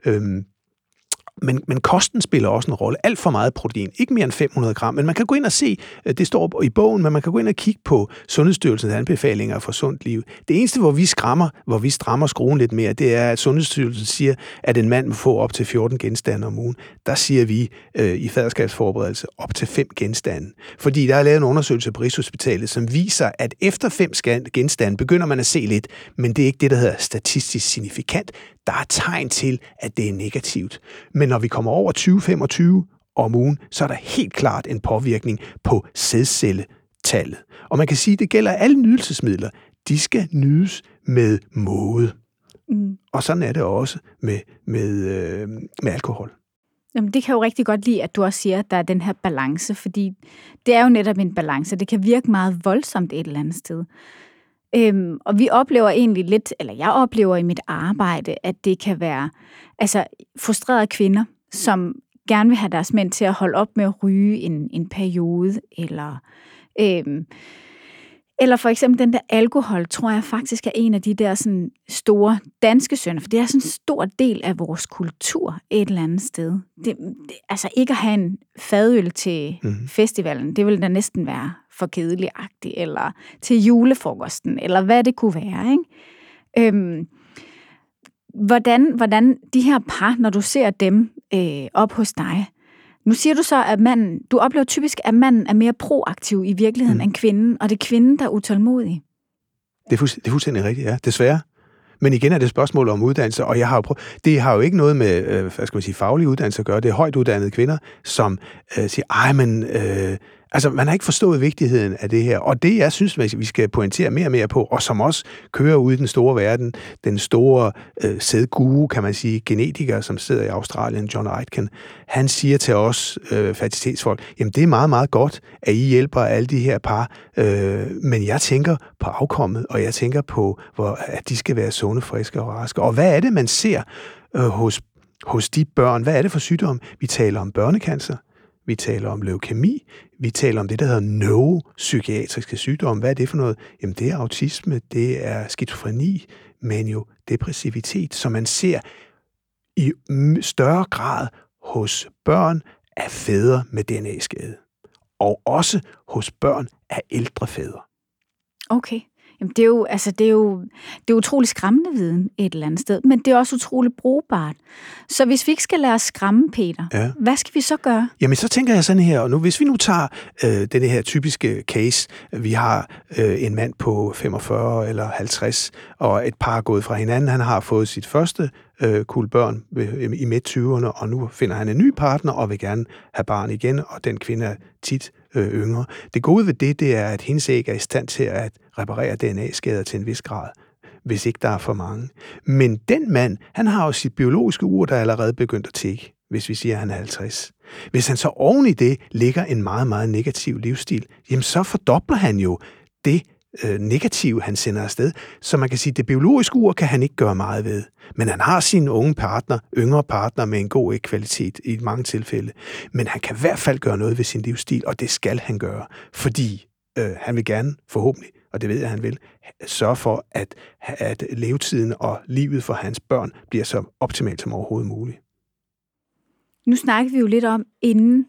Men kosten spiller også en rolle. Alt for meget protein. Ikke mere end 500 gram. Men man kan gå ind og se, det står i bogen, men man kan gå ind og kigge på Sundhedsstyrelsens anbefalinger for sundt liv. Det eneste, hvor vi strammer skruen lidt mere, det er, at Sundhedsstyrelsen siger, at en mand må få op til 14 genstande om ugen. Der siger vi i faderskabsforberedelse op til 5 genstande. Fordi der er lavet en undersøgelse på Rigshospitalet, som viser, at efter 5 genstande begynder man at se lidt, men det er ikke det, der hedder statistisk signifikant. Der er tegn til, at det er negativt. Men når vi kommer over 20-25 om ugen, så er der helt klart en påvirkning på sædcelletallet. Og man kan sige, at det gælder alle nydelsesmidler. De skal nydes med måde. Mm. Og sådan er det også med alkohol. Jamen, det kan jo rigtig godt lide, at du også siger, at der er den her balance, fordi det er jo netop en balance. Det kan virke meget voldsomt et eller andet sted. Og vi oplever egentlig lidt, eller jeg oplever i mit arbejde, at det kan være frustrerede kvinder, som gerne vil have deres mænd til at holde op med at ryge en periode, eller for eksempel den der alkohol, tror jeg faktisk er en af de der sådan store danske synder, for det er sådan en stor del af vores kultur et eller andet sted. Altså ikke at have en fadøl til festivalen, det ville da næsten være for kedeligagtigt, eller til julefrokosten, eller hvad det kunne være, ikke? Hvordan de her par, når du ser dem op hos dig, nu siger du så, at du oplever typisk, at manden er mere proaktiv i virkeligheden end kvinden, og det er kvinden, der er utålmodig. Det er fuldstændig rigtigt, ja. Desværre. Men igen er det et spørgsmål om uddannelse, og det har jo ikke noget med faglig uddannelse at gøre. Det er højt uddannede kvinder, som siger, Altså, man har ikke forstået vigtigheden af det her, og det, jeg synes, vi skal pointere mere og mere på, og som også kører ud i den store verden, den store sædguru, kan man sige, genetiker, som sidder i Australien, John Aitken, han siger til os fertilitetsfolk, jamen det er meget, meget godt, at I hjælper alle de her par, men jeg tænker på afkommet, og jeg tænker på, at de skal være sunde, friske og raske. Og hvad er det, man ser hos de børn? Hvad er det for sygdom? Vi taler om børnecancer, vi taler om leukemi, vi taler om det, der hedder neuropsykiatriske sygdomme. Hvad er det for noget? Jamen, det er autisme, det er skizofreni, maniodepressivitet, som man ser i større grad hos børn af fædre med DNA-skade. Og også hos børn af ældre fædre. Okay. Jamen, det er utrolig skræmmende viden et eller andet sted, men det er også utrolig brugbart. Så hvis vi ikke skal lade os skræmme, Peter, hvad skal vi så gøre? Jamen, så tænker jeg sådan her, og nu, hvis vi nu tager den her typiske case, vi har en mand på 45 eller 50, og et par er gået fra hinanden, han har fået sit første kul børn i midt-20'erne, og nu finder han en ny partner og vil gerne have barn igen, og den kvinde er tit yngre. Det gode ved det er, at hendes æg er i stand til at reparere DNA-skader til en vis grad, hvis ikke der er for mange. Men den mand, han har jo sit biologiske ur, der er allerede begyndt at tikke, hvis vi siger, at han er 50. Hvis han så oven i det ligger en meget, meget negativ livsstil, jamen så fordobler han jo det negative, han sender afsted. Så man kan sige, at det biologiske ur kan han ikke gøre meget ved. Men han har sin yngre partner med en god ægkvalitet i mange tilfælde. Men han kan i hvert fald gøre noget ved sin livsstil, og det skal han gøre, fordi han vil gerne forhåbentlig, og det ved jeg, han vil, sørge for, at levetiden og livet for hans børn bliver så optimalt som overhovedet muligt. Nu snakker vi jo lidt om, inden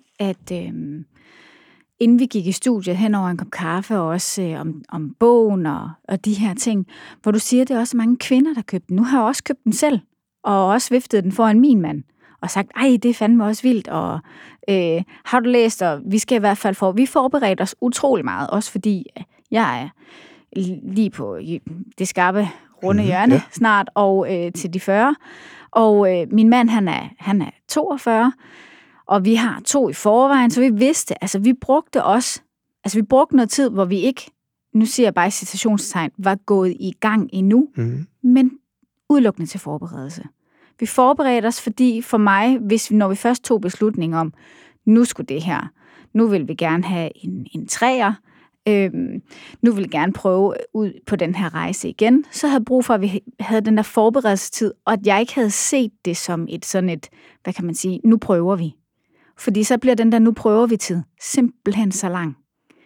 vi gik i studiet hen over en kop kaffe, og også om bogen og de her ting, hvor du siger, at det er også mange kvinder, der købte den. Nu har jeg også købt den selv, og også viftet den foran min mand, og sagt, ej, det er fandme også vildt, og har du læst, og vi skal i hvert fald vi forbereder os utrolig meget, også fordi jeg er lige på det skarpe runde hjørne snart, og til de 40, og min mand, han er 42, og vi har 2 i forvejen, så vi vidste, altså vi brugte noget tid, hvor vi ikke, nu siger jeg bare i citationstegn, var gået i gang endnu, men udelukkende til forberedelse. Vi forberedte os, fordi for mig, når vi først tog beslutning om, nu skulle det her, nu vil vi gerne have en 3'er, nu vil vi gerne prøve ud på den her rejse igen, så havde jeg brug for, at vi havde den der forberedelsestid, og at jeg ikke havde set det som et, hvad kan man sige, nu prøver vi. Fordi så bliver den der nu prøver vi tid simpelthen så lang.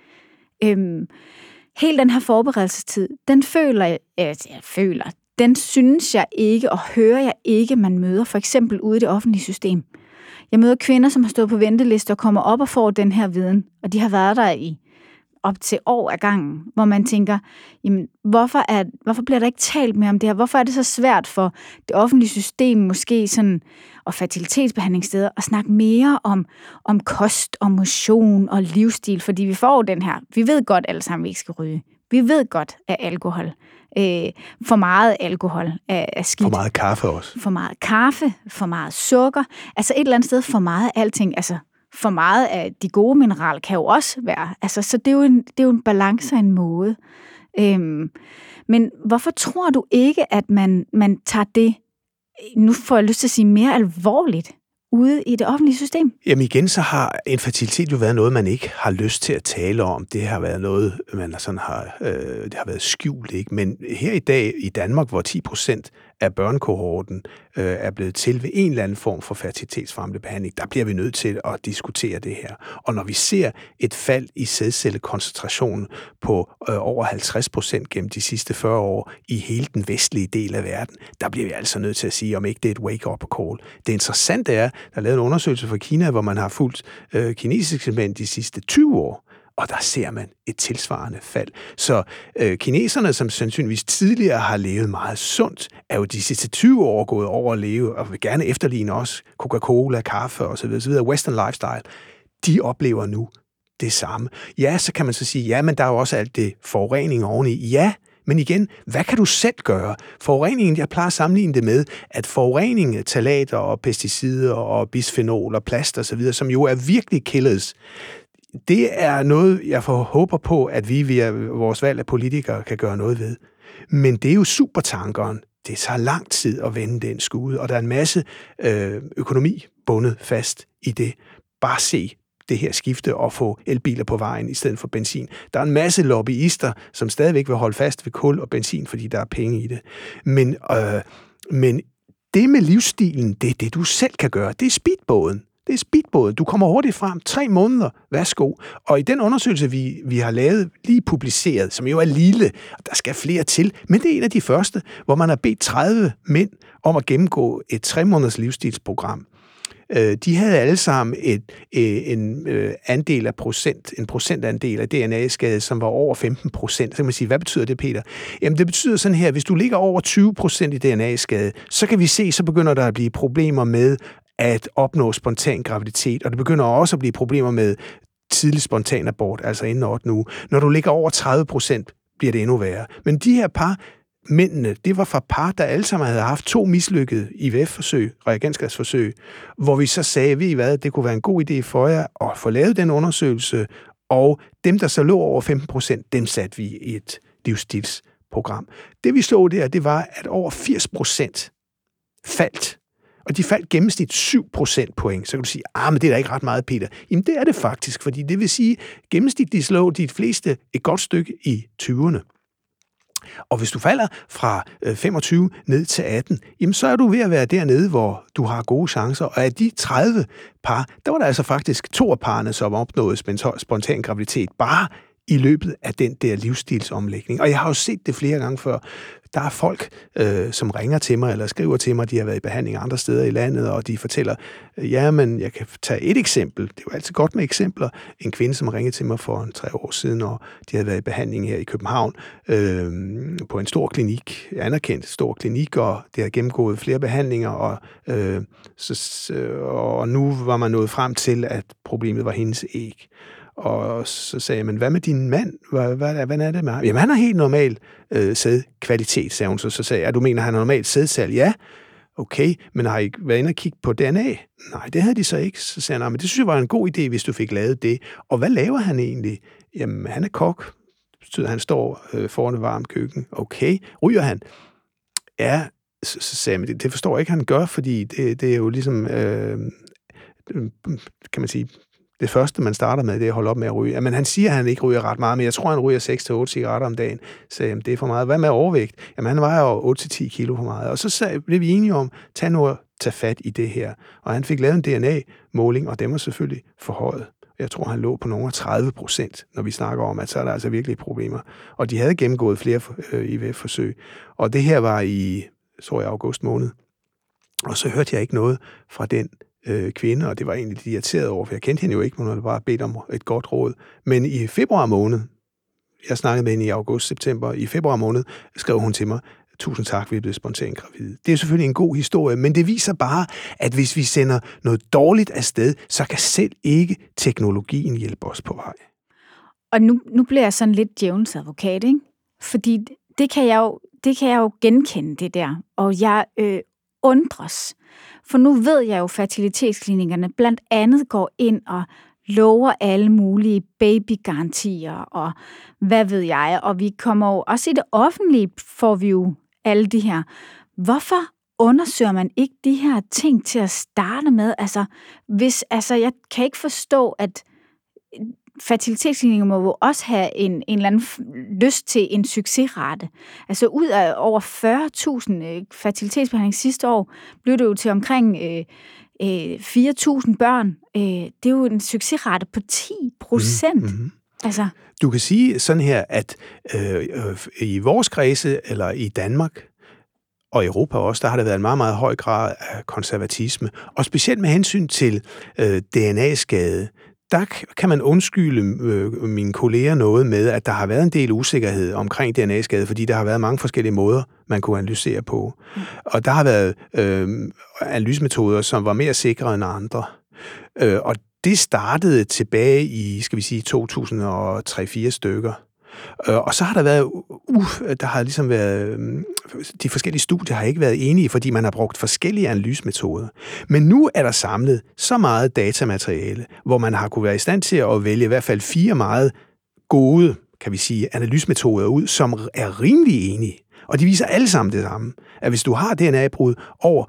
Hele den her forberedelsestid, den synes jeg ikke, og hører jeg ikke, man møder, for eksempel ude i det offentlige system. Jeg møder kvinder, som har stået på venteliste og kommer op og får den her viden, og de har været der i op til år ad gangen, hvor man tænker, jamen, hvorfor bliver der ikke talt mere om det her? Hvorfor er det så svært for det offentlige system, måske sådan, og fertilitetsbehandlingssteder, at snakke mere om kost og motion og livsstil? Fordi vi får den her, vi ved godt alle sammen, at vi ikke skal ryge. Vi ved godt, at alkohol, for meget alkohol er skidt. For meget kaffe også. For meget kaffe, for meget sukker. Altså et eller andet sted for meget af alting. Altså for meget af de gode mineraler kan jo også være. Altså, så det er jo en balance af en måde. Men hvorfor tror du ikke, at man tager det, nu får jeg lyst til at sige, mere alvorligt ude i det offentlige system? Jamen igen, så har infertilitet jo været noget, man ikke har lyst til at tale om. Det har været noget, man sådan det har været skjult, ikke? Men her i dag i Danmark, hvor 10% af børnekohorten er blevet til ved en eller anden form for fertilitetsfremmende behandling, der bliver vi nødt til at diskutere det her. Og når vi ser et fald i sædcellekoncentrationen på over 50% gennem de sidste 40 år i hele den vestlige del af verden, der bliver vi altså nødt til at sige, om ikke det er et wake-up call. Det interessante er, der er lavet en undersøgelse fra Kina, hvor man har fulgt kinesiske mænd de sidste 20 år, og der ser man et tilsvarende fald. Så kineserne, som sandsynligvis tidligere har levet meget sundt, er jo de sidste 20 år gået over at leve, og vil gerne efterligne også Coca-Cola, kaffe osv., Western lifestyle. De oplever nu det samme. Ja, så kan man så sige, ja, men der er jo også alt det forurening oveni. Ja, men igen, hvad kan du selv gøre? Forureningen, jeg plejer at sammenligne det med, at forurening, ftalater og pesticider og bisfenol og plast osv., som jo er virkelig killers, det er noget, jeg håber på, at vi via vores valg af politikere kan gøre noget ved. Men det er jo supertankeren. Det tager lang tid at vende den skude, og der er en masse økonomi bundet fast i det. Bare se det her skifte og få elbiler på vejen i stedet for benzin. Der er en masse lobbyister, som stadigvæk vil holde fast ved kul og benzin, fordi der er penge i det. Men det med livsstilen, det er det, du selv kan gøre. Det er speedbåden. Det er speedbåden. Du kommer hurtigt frem. 3 måneder. Værsgo. Og i den undersøgelse, vi har lavet, lige publiceret, som jo er lille, og der skal flere til, men det er en af de første, hvor man har bedt 30 mænd om at gennemgå et 3-måneders livsstilsprogram. De havde alle sammen en procentandel af DNA-skade, som var over 15%. Så kan man sige, hvad betyder det, Peter? Jamen, det betyder sådan her, hvis du ligger over 20% i DNA-skade, så kan vi se, så begynder der at blive problemer med at opnå spontan graviditet, og det begynder også at blive problemer med tidlig spontan abort, altså inden 8 uger. Når du ligger over 30%, bliver det endnu værre. Men de her mændene, det var fra par, der alle sammen havde haft 2 mislykkede IVF-forsøg, reagensglasforsøg, hvor vi så sagde, ved I hvad, det kunne være en god idé for jer at få lavet den undersøgelse, og dem, der så lå over 15%, dem satte vi i et livsstilsprogram. Det vi så der, det var, at over 80% faldt. Og de faldt gennemsnit 7% point. Så kan du sige, men det er da ikke ret meget, Peter. Jamen det er det faktisk, fordi det vil sige, gennemsnitligt slår de fleste et godt stykke i 20'erne. Og hvis du falder fra 25 ned til 18, jamen så er du ved at være dernede, hvor du har gode chancer. Og af de 30 par, der var der altså faktisk 2 af parerne, som opnåede spontan graviditet, bare i løbet af den der livsstilsomlægning. Og jeg har jo set det flere gange før. Der er folk, som ringer til mig eller skriver til mig, de har været i behandling andre steder i landet, og de fortæller, men jeg kan tage et eksempel. Det er jo altid godt med eksempler. En kvinde, som ringede til mig for 3 år siden, og de havde været i behandling her i København på en stor klinik, anerkendt stor klinik, og det har gennemgået flere behandlinger, og nu var man nået frem til, at problemet var hendes æg. Og så sagde jeg, men hvad med din mand? Hvad er det med ham? Jamen, han har helt normal sædkvalitet, sagde hun. Så sagde jeg, du mener, han har normalt sædsalg? Ja. Okay, men har I været inde og kigge på DNA? Nej, det havde de så ikke. Så sagde han, men det synes jeg var en god idé, hvis du fik lavet det. Og hvad laver han egentlig? Jamen, han er kok. Det betyder, at han står foran et varmt køkken. Okay, ryger han? Ja, så sagde jeg, det forstår jeg ikke, han gør, fordi det er jo ligesom, kan man sige, det første, man starter med, det er at holde op med at ryge. Men han siger, at han ikke ryger ret meget, men jeg tror, han ryger 6-8 cigaretter om dagen. Så jamen, det er for meget. Hvad med overvægt? Jamen, han vejer jo 8-10 kilo for meget. Og så blev vi enige om, tage fat i det her. Og han fik lavet en DNA-måling, og den var selvfølgelig forhøjet. Jeg tror, han lå på nogle 30%, når vi snakker om, at så er der altså virkelig problemer. Og de havde gennemgået flere IVF-forsøg. Og det her var i, tror jeg, august måned. Og så hørte jeg ikke noget fra den kvinde, og det var egentlig lidt irriteret over, for jeg kendte hende jo ikke, men hun havde bare bedt om et godt råd. Men i februar måned, jeg snakkede med hende i august-september, i februar måned skrev hun til mig, 1000 tak, vi er blevet spontant gravide. Det er selvfølgelig en god historie, men det viser bare, at hvis vi sender noget dårligt afsted, så kan selv ikke teknologien hjælpe os på vej. Og nu bliver jeg sådan lidt djævelens advokat, ikke? Fordi det kan jeg jo genkende, det der. Og jeg undres. For nu ved jeg jo, at fertilitetsklinikkerne blandt andet går ind og lover alle mulige babygarantier, og hvad ved jeg. Og vi kommer jo også i det offentlige, får vi jo alle de her. Hvorfor undersøger man ikke de her ting til at starte med? Jeg kan ikke forstå, at fertilitetsklinikker må jo også have en eller anden lyst til en succesrate. Altså ud af over 40.000 fertilitetsbehandling sidste år, blev det jo til omkring 4.000 børn. Det er jo en succesrate på 10%. Mm-hmm. Altså. Du kan sige sådan her, at i vores kredse, eller i Danmark, og Europa også, der har der været en meget, meget høj grad af konservatisme. Og specielt med hensyn til DNA-skade, der kan man undskylde mine kolleger noget med, at der har været en del usikkerhed omkring DNA-skade, fordi der har været mange forskellige måder, man kunne analysere på. Og der har været analysemetoder, som var mere sikre end andre. Og det startede tilbage i, 2003-4 stykker. Og så har der været, der har ligesom været, de forskellige studier har ikke været enige, fordi man har brugt forskellige analysemetoder. Men nu er der samlet så meget datamateriale, hvor man har kunne være i stand til at vælge i hvert fald 4 meget gode, kan vi sige, analysemetoder ud, som er rimelig enige. Og de viser alle sammen det samme, at hvis du har DNA-brud over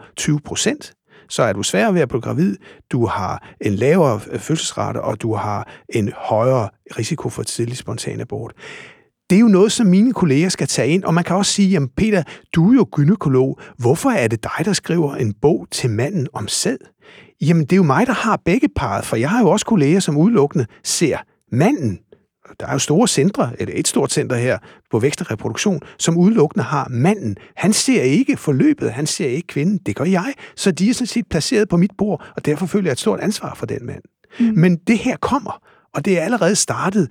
20%, så er du sværere ved at blive gravid, du har en lavere fødselsrate, og du har en højere risiko for tidlig spontan abort. Det er jo noget, som mine kolleger skal tage ind, og man kan også sige, jamen Peter, du er jo gynekolog. Hvorfor er det dig, der skriver en bog til manden om sæd? Jamen, det er jo mig, der har begge parret, for jeg har jo også kolleger, som udelukkende ser manden. Der er jo store centre, eller et stort center her på Vækst og Reproduktion, som udelukkende har manden. Han ser ikke forløbet, han ser ikke kvinden. Det gør jeg. Så de er sådan set placeret på mit bord, og derfor føler jeg et stort ansvar for den mand. Men det her kommer, og det er allerede startet.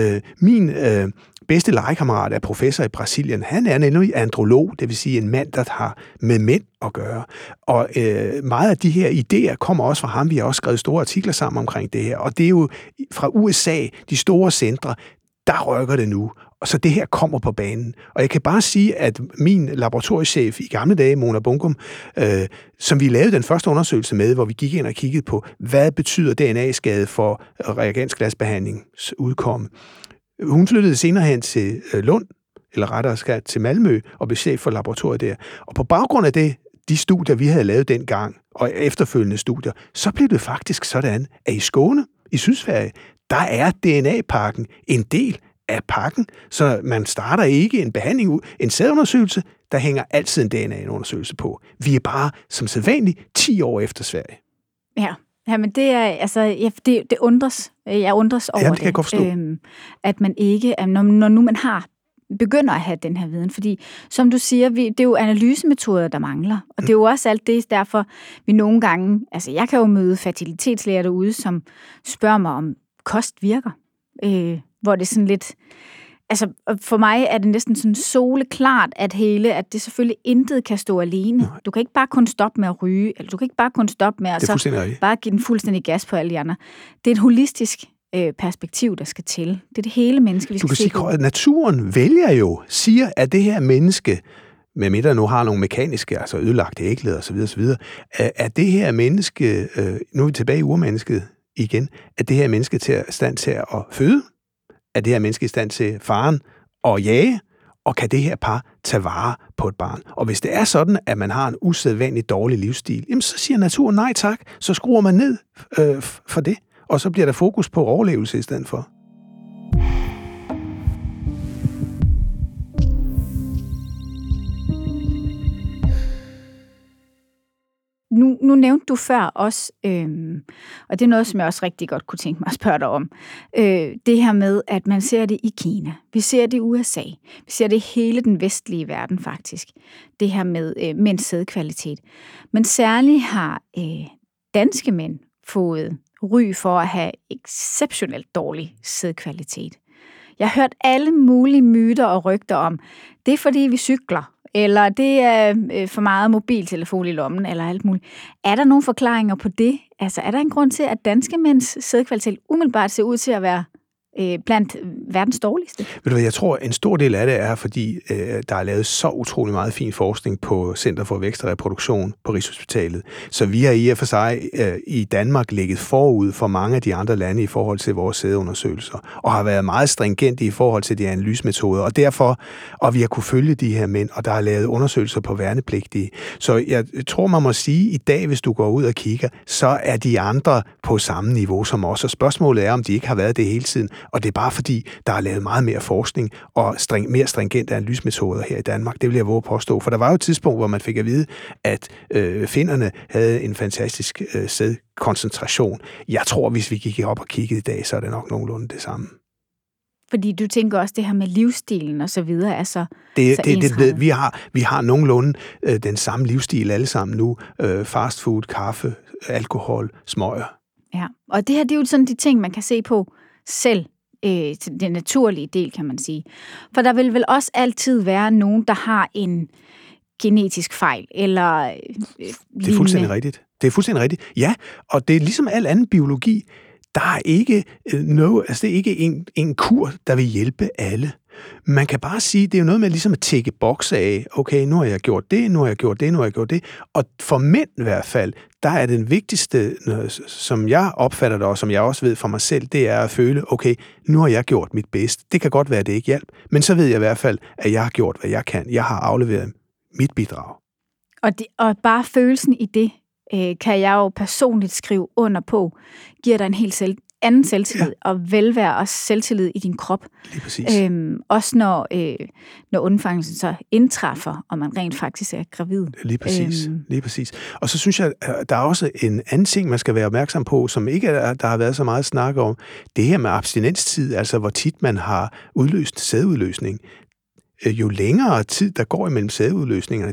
Min bedste legekammerat er professor i Brasilien. Han er nemlig androlog, det vil sige en mand, der har med mænd at gøre. Og meget af de her idéer kommer også fra ham. Vi har også skrevet store artikler sammen omkring det her. Og det er jo fra USA, de store centre, der rykker det nu. Og så det her kommer på banen. Og jeg kan bare sige, at min laboratoriechef i gamle dage, Mona Bunkum, som vi lavede den første undersøgelse med, hvor vi gik ind og kiggede på, hvad betyder DNA-skade for reagensglasbehandlings udkomme. Hun flyttede senere hen til Lund, eller rettere sagt til Malmø, og blev chef for laboratoriet der. Og på baggrund af det, de studier, vi havde lavet dengang, og efterfølgende studier, så blev det faktisk sådan, at i Skåne, i Sydsverige, der er DNA-pakken en del af pakken, så man starter ikke en behandling ud. En sædundersøgelse, der hænger altid en DNA-undersøgelse på. Vi er bare, som sædvanligt, 10 år efter Sverige. Ja, men det er, altså, det undres. Jeg undres over det. Kan jeg godt forstå. At man ikke, når nu man begynder at have den her viden, fordi som du siger, det er jo analysemetoder, der mangler, og det er jo også alt det, derfor vi nogle gange, altså jeg kan jo møde fertilitetslæger derude, som spørger mig om kost virker, hvor det er sådan lidt, altså for mig er det næsten sådan soleklart, at det selvfølgelig intet kan stå alene. Nej. Du kan ikke bare kun stoppe med at ryge, eller du kan ikke bare kun stoppe med at så bare give den fuldstændig gas på alle de andre. Det er et holistisk perspektiv, der skal til. Det er det hele menneske, vi skal se på. Du kan sige, at naturen siger, at det her menneske, med mindre nu har nogle mekaniske, altså ødelagte æglæder osv., at det her menneske, nu er vi tilbage i urmennesket igen, at det her menneske er i stand til at føde, er det her menneske i stand til faren at jage, og kan det her par tage vare på et barn. Og hvis det er sådan, at man har en usædvanligt dårlig livsstil, jamen så siger naturen nej tak, så skruer man ned for det, og så bliver der fokus på overlevelse i stedet for. Nu nævnte du før også, og det er noget, som jeg også rigtig godt kunne tænke mig at spørge dig om, det her med, at man ser det i Kina, vi ser det i USA, vi ser det i hele den vestlige verden faktisk, det her med mænds sædkvalitet. Men særligt har danske mænd fået ry for at have exceptionelt dårlig sædkvalitet. Jeg har hørt alle mulige myter og rygter om, det er fordi vi cykler, eller det er for meget mobiltelefon i lommen, eller alt muligt. Er der nogle forklaringer på det? Altså, er der en grund til, at danske mænds sædkvalitet umiddelbart ser ud til at være blandt verdens dårligste? Ved du hvad, jeg tror, en stor del af det er, fordi der er lavet så utrolig meget fin forskning på Center for Vækst og Reproduktion på Rigshospitalet. Så vi har i og for sig i Danmark ligget forud for mange af de andre lande i forhold til vores sædundersøgelser, og har været meget stringente i forhold til de analysemetoder, og derfor, og vi har kunne følge de her mænd, og der er lavet undersøgelser på værnepligtige. Så jeg tror, man må sige, at i dag, hvis du går ud og kigger, så er de andre på samme niveau som os, og spørgsmålet er, om de ikke har været det hele tiden. Og det er bare fordi, der er lavet meget mere forskning og mere stringente analysemetoder her i Danmark. Det vil jeg våge påstå. For der var jo et tidspunkt, hvor man fik at vide, at finnerne havde en fantastisk sædkoncentration. Jeg tror, hvis vi gik op og kiggede i dag, så er det nok nogenlunde det samme. Fordi du tænker også det her med livsstilen og så videre, altså vi har nogenlunde den samme livsstil alle sammen nu. Fast food, kaffe, alkohol, smøger. Ja, og det her, det er jo sådan de ting, man kan se på selv, den naturlige del, kan man sige. For der vil vel også altid være nogen, der har en genetisk fejl, eller Det er fuldstændig rigtigt. Det er fuldstændig rigtigt. Ja, og det er ligesom al anden biologi. Der er ikke det er ikke en kur, der vil hjælpe alle. Man kan bare sige, det er jo noget med ligesom at tække bokse af, okay, nu har jeg gjort det, nu har jeg gjort det, nu har jeg gjort det. Og for mænd i hvert fald, der er den vigtigste, som jeg opfatter det, og som jeg også ved fra mig selv, det er at føle, okay, nu har jeg gjort mit bedste. Det kan godt være, at det ikke hjælp, men så ved jeg i hvert fald, at jeg har gjort, hvad jeg kan. Jeg har afleveret mit bidrag. Og bare følelsen i det, kan jeg jo personligt skrive under på, giver dig en helt anden selvtillid, og velvære og selvtillid i din krop. Lige præcis. Også når undfangelsen så indtræffer, og man rent faktisk er gravid. Lige præcis. Lige præcis. Og så synes jeg, der er også en anden ting, man skal være opmærksom på, som ikke der har været så meget snak om. Det her med abstinenstid, altså hvor tit man har udløst sædudløsning. Jo længere tid, der går imellem sædudløsningerne,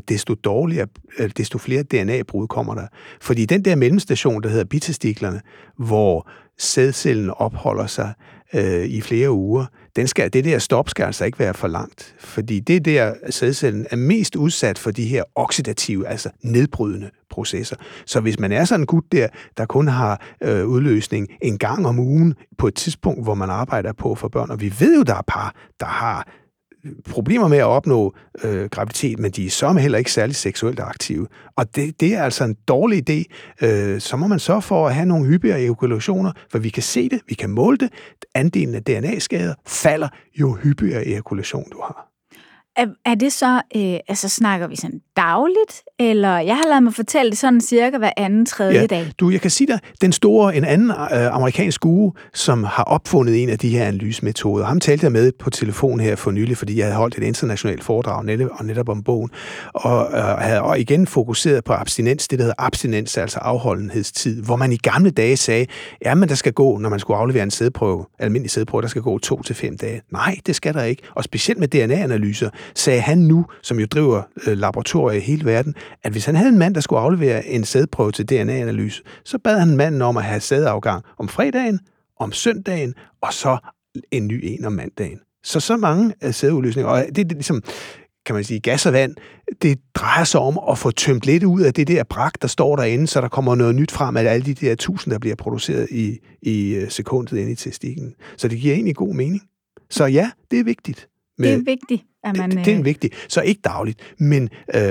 desto flere DNA-brud kommer der. Fordi den der mellemstation, der hedder bitestiklerne, hvor sædcellen opholder sig i flere uger, det der stop skal altså ikke være for langt. Fordi det der sædcellen er mest udsat for de her oxidative, altså nedbrydende processer. Så hvis man er sådan en gut der kun har udløsning en gang om ugen på et tidspunkt, hvor man arbejder på for børn, og vi ved jo, der er par, der har problemer med at opnå graviditet, men de er så heller ikke særlig seksuelt aktive. Og det er altså en dårlig idé. Så må man sørge for at have nogle hyppigere ejakulationer, for vi kan se det, vi kan måle det. Andelen af DNA-skader falder, jo hyppigere ejakulation du har. Er det så, snakker vi sådan dagligt, eller jeg har ladet mig fortælle det sådan cirka hver anden, tredje dag? Jeg kan sige dig, en anden amerikansk guru, som har opfundet en af de her analysemetoder, ham talte jeg med på telefon her for nylig, fordi jeg havde holdt et internationalt foredrag netop om bogen, og havde igen fokuseret på abstinens, det der hedder abstinens, altså afholdenhedstid, hvor man i gamle dage sagde, men der skal gå, når man skulle aflevere en sædprøve, almindelig sædprøve, der skal gå 2 til 5 dage. Nej, det skal der ikke. Og specielt med DNA-analyser, sagde han nu, som jo driver laboratorier i hele verden, at hvis han havde en mand, der skulle aflevere en sædprøve til DNA-analyse, så bad han manden om at have sædafgang om fredagen, om søndagen, og så en ny en om mandagen. Så mange sædudløsninger, og det er ligesom, kan man sige, gas og vand, det drejer sig om at få tømt lidt ud af det der brak, der står derinde, så der kommer noget nyt frem af alle de der 1000, der bliver produceret i sekundet inde i testikken. Så det giver egentlig god mening. Så ja, det er vigtigt. Det er vigtigt, at man... Det er vigtigt. Så ikke dagligt, men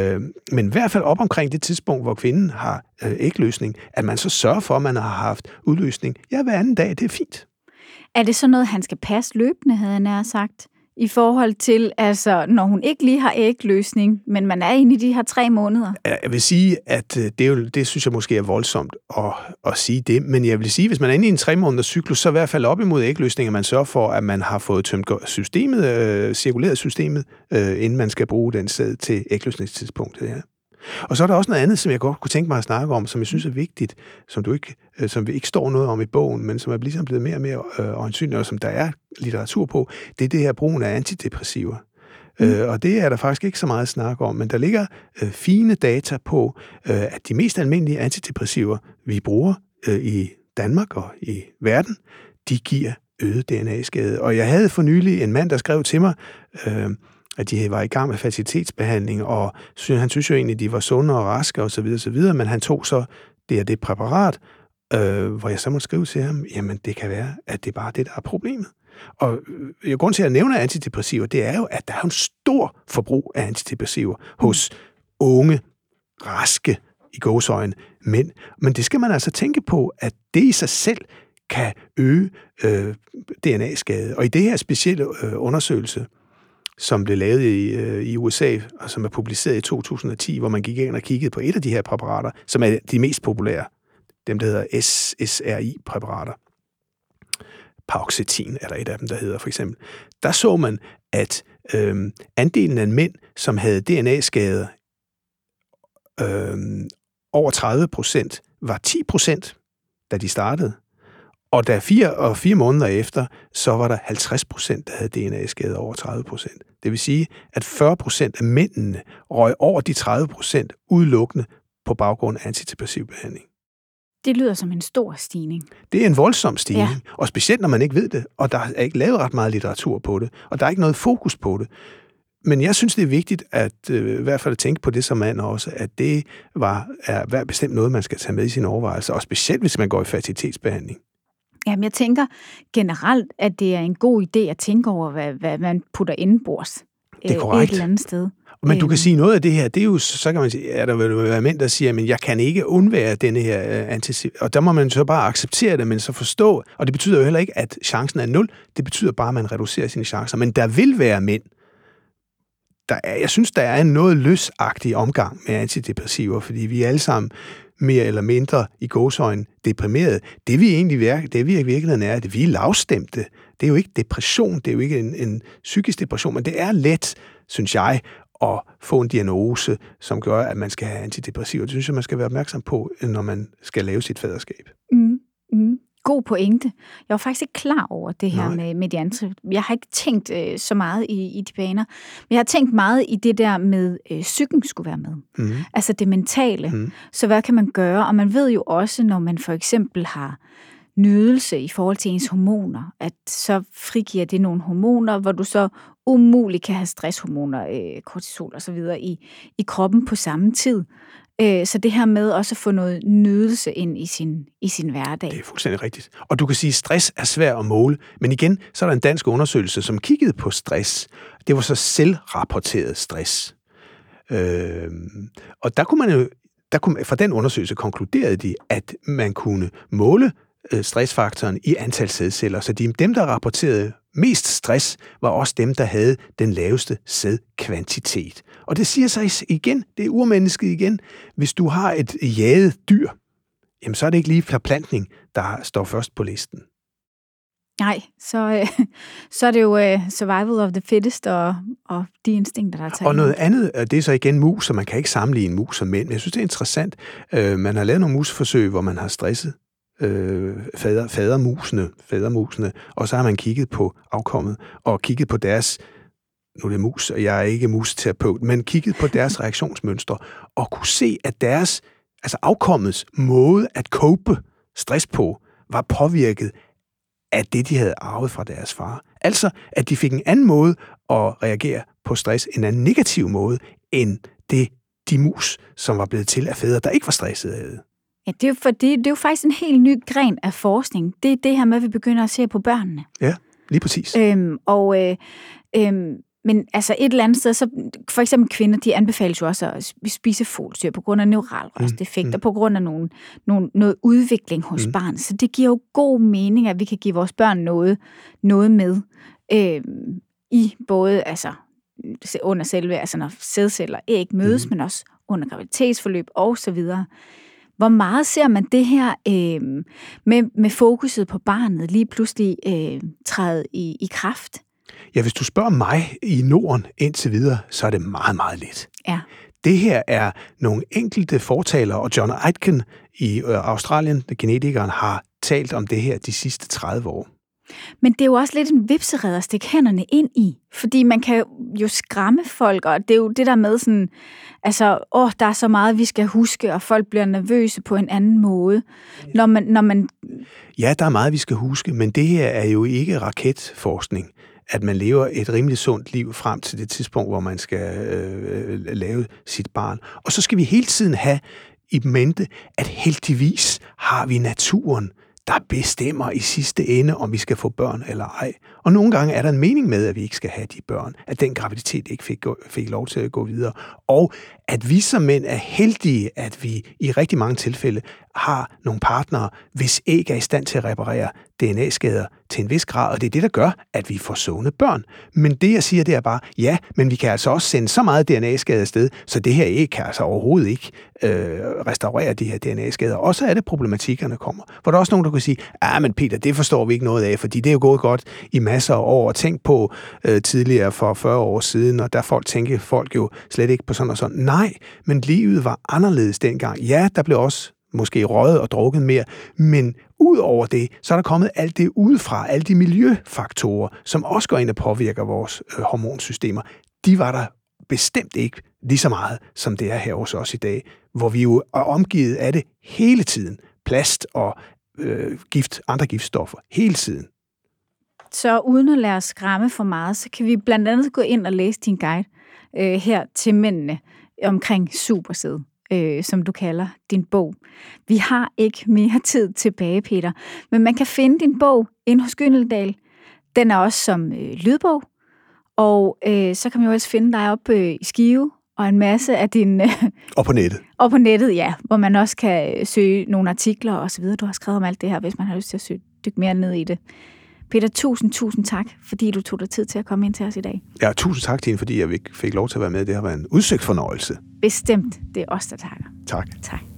i hvert fald op omkring det tidspunkt, hvor kvinden har ægløsning, at man så sørger for, at man har haft udløsning. Ja, hver anden dag, det er fint. Er det så noget, han skal passe løbende, havde jeg nær sagt? I forhold til, altså, når hun ikke lige har ægløsning, men man er inde i de her 3 måneder? Jeg vil sige, at det synes jeg måske er voldsomt at sige det, men jeg vil sige, hvis man er inde i en 3-måneders cyklus, så i hvert fald op imod ægløsning, at man sørger for, at man har fået tømt systemet, cirkuleret systemet, inden man skal bruge den sæd til ægløsningstidspunktet, ja. Og så er der også noget andet, som jeg godt kunne tænke mig at snakke om, som jeg synes er vigtigt, som vi ikke står noget om i bogen, men som er ligesom blevet mere og mere øjensynligt, og som der er litteratur på, det er det her brugen af antidepressiver. Og det er der faktisk ikke så meget snak om, men der ligger fine data på, at de mest almindelige antidepressiver, vi bruger i Danmark og i verden, de giver øget DNA-skade. Og jeg havde for nylig en mand, der skrev til mig, at de var i gang med fertilitetsbehandling, og han synes jo egentlig, at de var sunde og raske osv., men han tog så det præparat, hvor jeg så måtte skrive til ham, jamen det kan være, at det er bare det, der er problemet. Og grund til at nævne antidepressiver, det er jo, at der er en stor forbrug af antidepressiver hos unge, raske, i gåseøjne, mænd. Men det skal man altså tænke på, at det i sig selv kan øge DNA-skade. Og i det her specielle undersøgelse, som blev lavet i USA, og som er publiceret i 2010, hvor man gik ind og kiggede på et af de her præparater, som er de mest populære, dem der hedder SSRI-præparater. Paroxetin er der et af dem, der hedder for eksempel. Der så man, at andelen af mænd, som havde DNA-skader over 30%, var 10%, da de startede. Og da 4 måneder efter, så var der 50%, der havde DNA-skader over 30%. Det vil sige, at 40% af mændene røg over de 30% udelukkende på baggrund af antidepressiv behandling. Det lyder som en stor stigning. Det er en voldsom stigning, ja. Og specielt når man ikke ved det, og der er ikke lavet ret meget litteratur på det, og der er ikke noget fokus på det. Men jeg synes, det er vigtigt at i hvert fald at tænke på det som mand også, at det er bestemt noget, man skal tage med i sine overvejelser, og specielt hvis man går i fertilitetsbehandling. Jamen, jeg tænker generelt, at det er en god idé at tænke over, hvad man putter indenbords. Det er korrekt. Et eller andet sted. Men du kan sige noget af det her, det er jo, så kan man sige, der vil være mænd, der siger, men jeg kan ikke undvære denne her og der må man så bare acceptere det, men så forstå, og det betyder jo heller ikke, at chancen er 0, det betyder bare, at man reducerer sine chancer, men der vil være mænd, jeg synes, der er en noget løsagtig omgang med antidepressiver, fordi vi er alle sammen mere eller mindre i gåseøjne deprimeret. Det vi i virkeligheden er, at vi er lavstemte. Det er jo ikke depression, det er jo ikke en psykisk depression, men det er let, synes jeg, at få en diagnose, som gør, at man skal have antidepressiver. Det synes jeg, man skal være opmærksom på, når man skal lave sit faderskab. God pointe. Jeg var faktisk ikke klar over det her med de andre. Jeg har ikke tænkt så meget i de baner, men jeg har tænkt meget i det der med, psyken skulle være med. Altså det mentale. Så hvad kan man gøre? Og man ved jo også, når man for eksempel har nydelse i forhold til ens hormoner, at så frigiver det nogle hormoner, hvor du så umuligt kan have stresshormoner, kortisol og så videre i kroppen på samme tid. Så det her med også at få noget nydelse ind i sin hverdag. Det er fuldstændig rigtigt. Og du kan sige, at stress er svært at måle, men igen, så er der en dansk undersøgelse, som kiggede på stress. Det var så selvrapporteret stress. Og der kunne fra den undersøgelse konkluderede de, at man kunne måle stressfaktoren i antal sædceller. Så dem, der rapporterede mest stress, var også dem, der havde den laveste sædkvantitet. Og det siger sig igen, det er urmennesket igen. Hvis du har et jaget dyr, jamen så er det ikke lige forplantning, der står først på listen. Nej, så er det jo survival of the fittest og de instinkter, der er taget. Og noget andet, det er så igen mus, så man kan ikke sammenligne mus og mænd. Men jeg synes, det er interessant. Man har lavet nogle musforsøg, hvor man har stresset fadermusene, og så har man kigget på afkommet, og kigget på deres, nu er det mus, og jeg er ikke musterapeut, men kigget på deres reaktionsmønstre, og kunne se, at deres, altså afkommets måde at cope stress på, var påvirket af det, de havde arvet fra deres far. Altså, at de fik en anden måde at reagere på stress, en anden negativ måde, end de mus, som var blevet til af fædre, der ikke var stressede af det. Ja, det er jo faktisk en helt ny gren af forskning. Det er det her med, at vi begynder at se på børnene. Ja, lige præcis. Men altså et eller andet sted, så for eksempel kvinder, de anbefales jo også at spise folsyre på grund af neuralresteffekter, på grund af noget udvikling hos barnet. Så det giver jo god mening, at vi kan give vores børn noget med i både altså under selve, altså når sædceller ikke mødes, men også under graviditetsforløb og så videre. Hvor meget ser man det her med fokuset på barnet lige pludselig træde i kraft? Ja, hvis du spørger mig i Norden indtil videre, så er det meget, meget let. Ja. Det her er nogle enkelte fortalere, og John Aitken i Australien, genetikeren, har talt om det her de sidste 30 år. Men det er jo også lidt en vipserede at stikke hænderne ind i, fordi man kan jo skræmme folk, og det er jo det der med sådan, altså, der er så meget, vi skal huske, og folk bliver nervøse på en anden måde, når man... Ja, der er meget, vi skal huske, men det her er jo ikke raketforskning, at man lever et rimelig sundt liv frem til det tidspunkt, hvor man skal lave sit barn. Og så skal vi hele tiden have i mente, at heldigvis har vi naturen, der bestemmer i sidste ende, om vi skal få børn eller ej. Og nogle gange er der en mening med, at vi ikke skal have de børn, at den graviditet ikke fik lov til at gå videre, og at vi som mænd er heldige, at vi i rigtig mange tilfælde har nogle partnere, hvis æg er i stand til at reparere DNA-skader til en vis grad, og det er det, der gør, at vi får sunde børn. Men det, jeg siger, det er bare, ja, men vi kan altså også sende så meget DNA-skade afsted, så det her æg kan altså overhovedet ikke restaurere de her DNA-skader. Og så er det, problematikkerne kommer. For der er også nogen, der kan sige, men Peter, det forstår vi ikke noget af, fordi det er jo gået godt i masser af år, og tænk på tidligere for 40 år siden, og der tænker folk jo slet ikke på sådan og sådan. Nej, men livet var anderledes dengang. Ja, der blev også måske røget og drukket mere, men ud over det, så er der kommet alt det udefra, alle de miljøfaktorer, som også går ind og påvirker vores hormonsystemer. De var der bestemt ikke lige så meget, som det er her hos os i dag, hvor vi jo er omgivet af det hele tiden. Plast og andre giftstoffer hele tiden. Så uden at lade os skræmme for meget, så kan vi blandt andet gå ind og læse din guide her til mændene omkring supersæd. som du kalder din bog. Vi har ikke mere tid tilbage, Peter, men man kan finde din bog inde hos Gyldendal. Den er også som lydbog, og så kan man jo også finde dig op i Skive, og en masse af dine... Og på nettet. Og på nettet, ja, hvor man også kan søge nogle artikler og så videre. Du har skrevet om alt det her, hvis man har lyst til at dykke mere ned i det. Peter, tusind tak, fordi du tog dig tid til at komme ind til os i dag. Ja, tusind tak til hende, fordi jeg fik lov til at være med. Det har været en udsøgt fornøjelse. Bestemt. Det er os, der takker. Tak. Tak.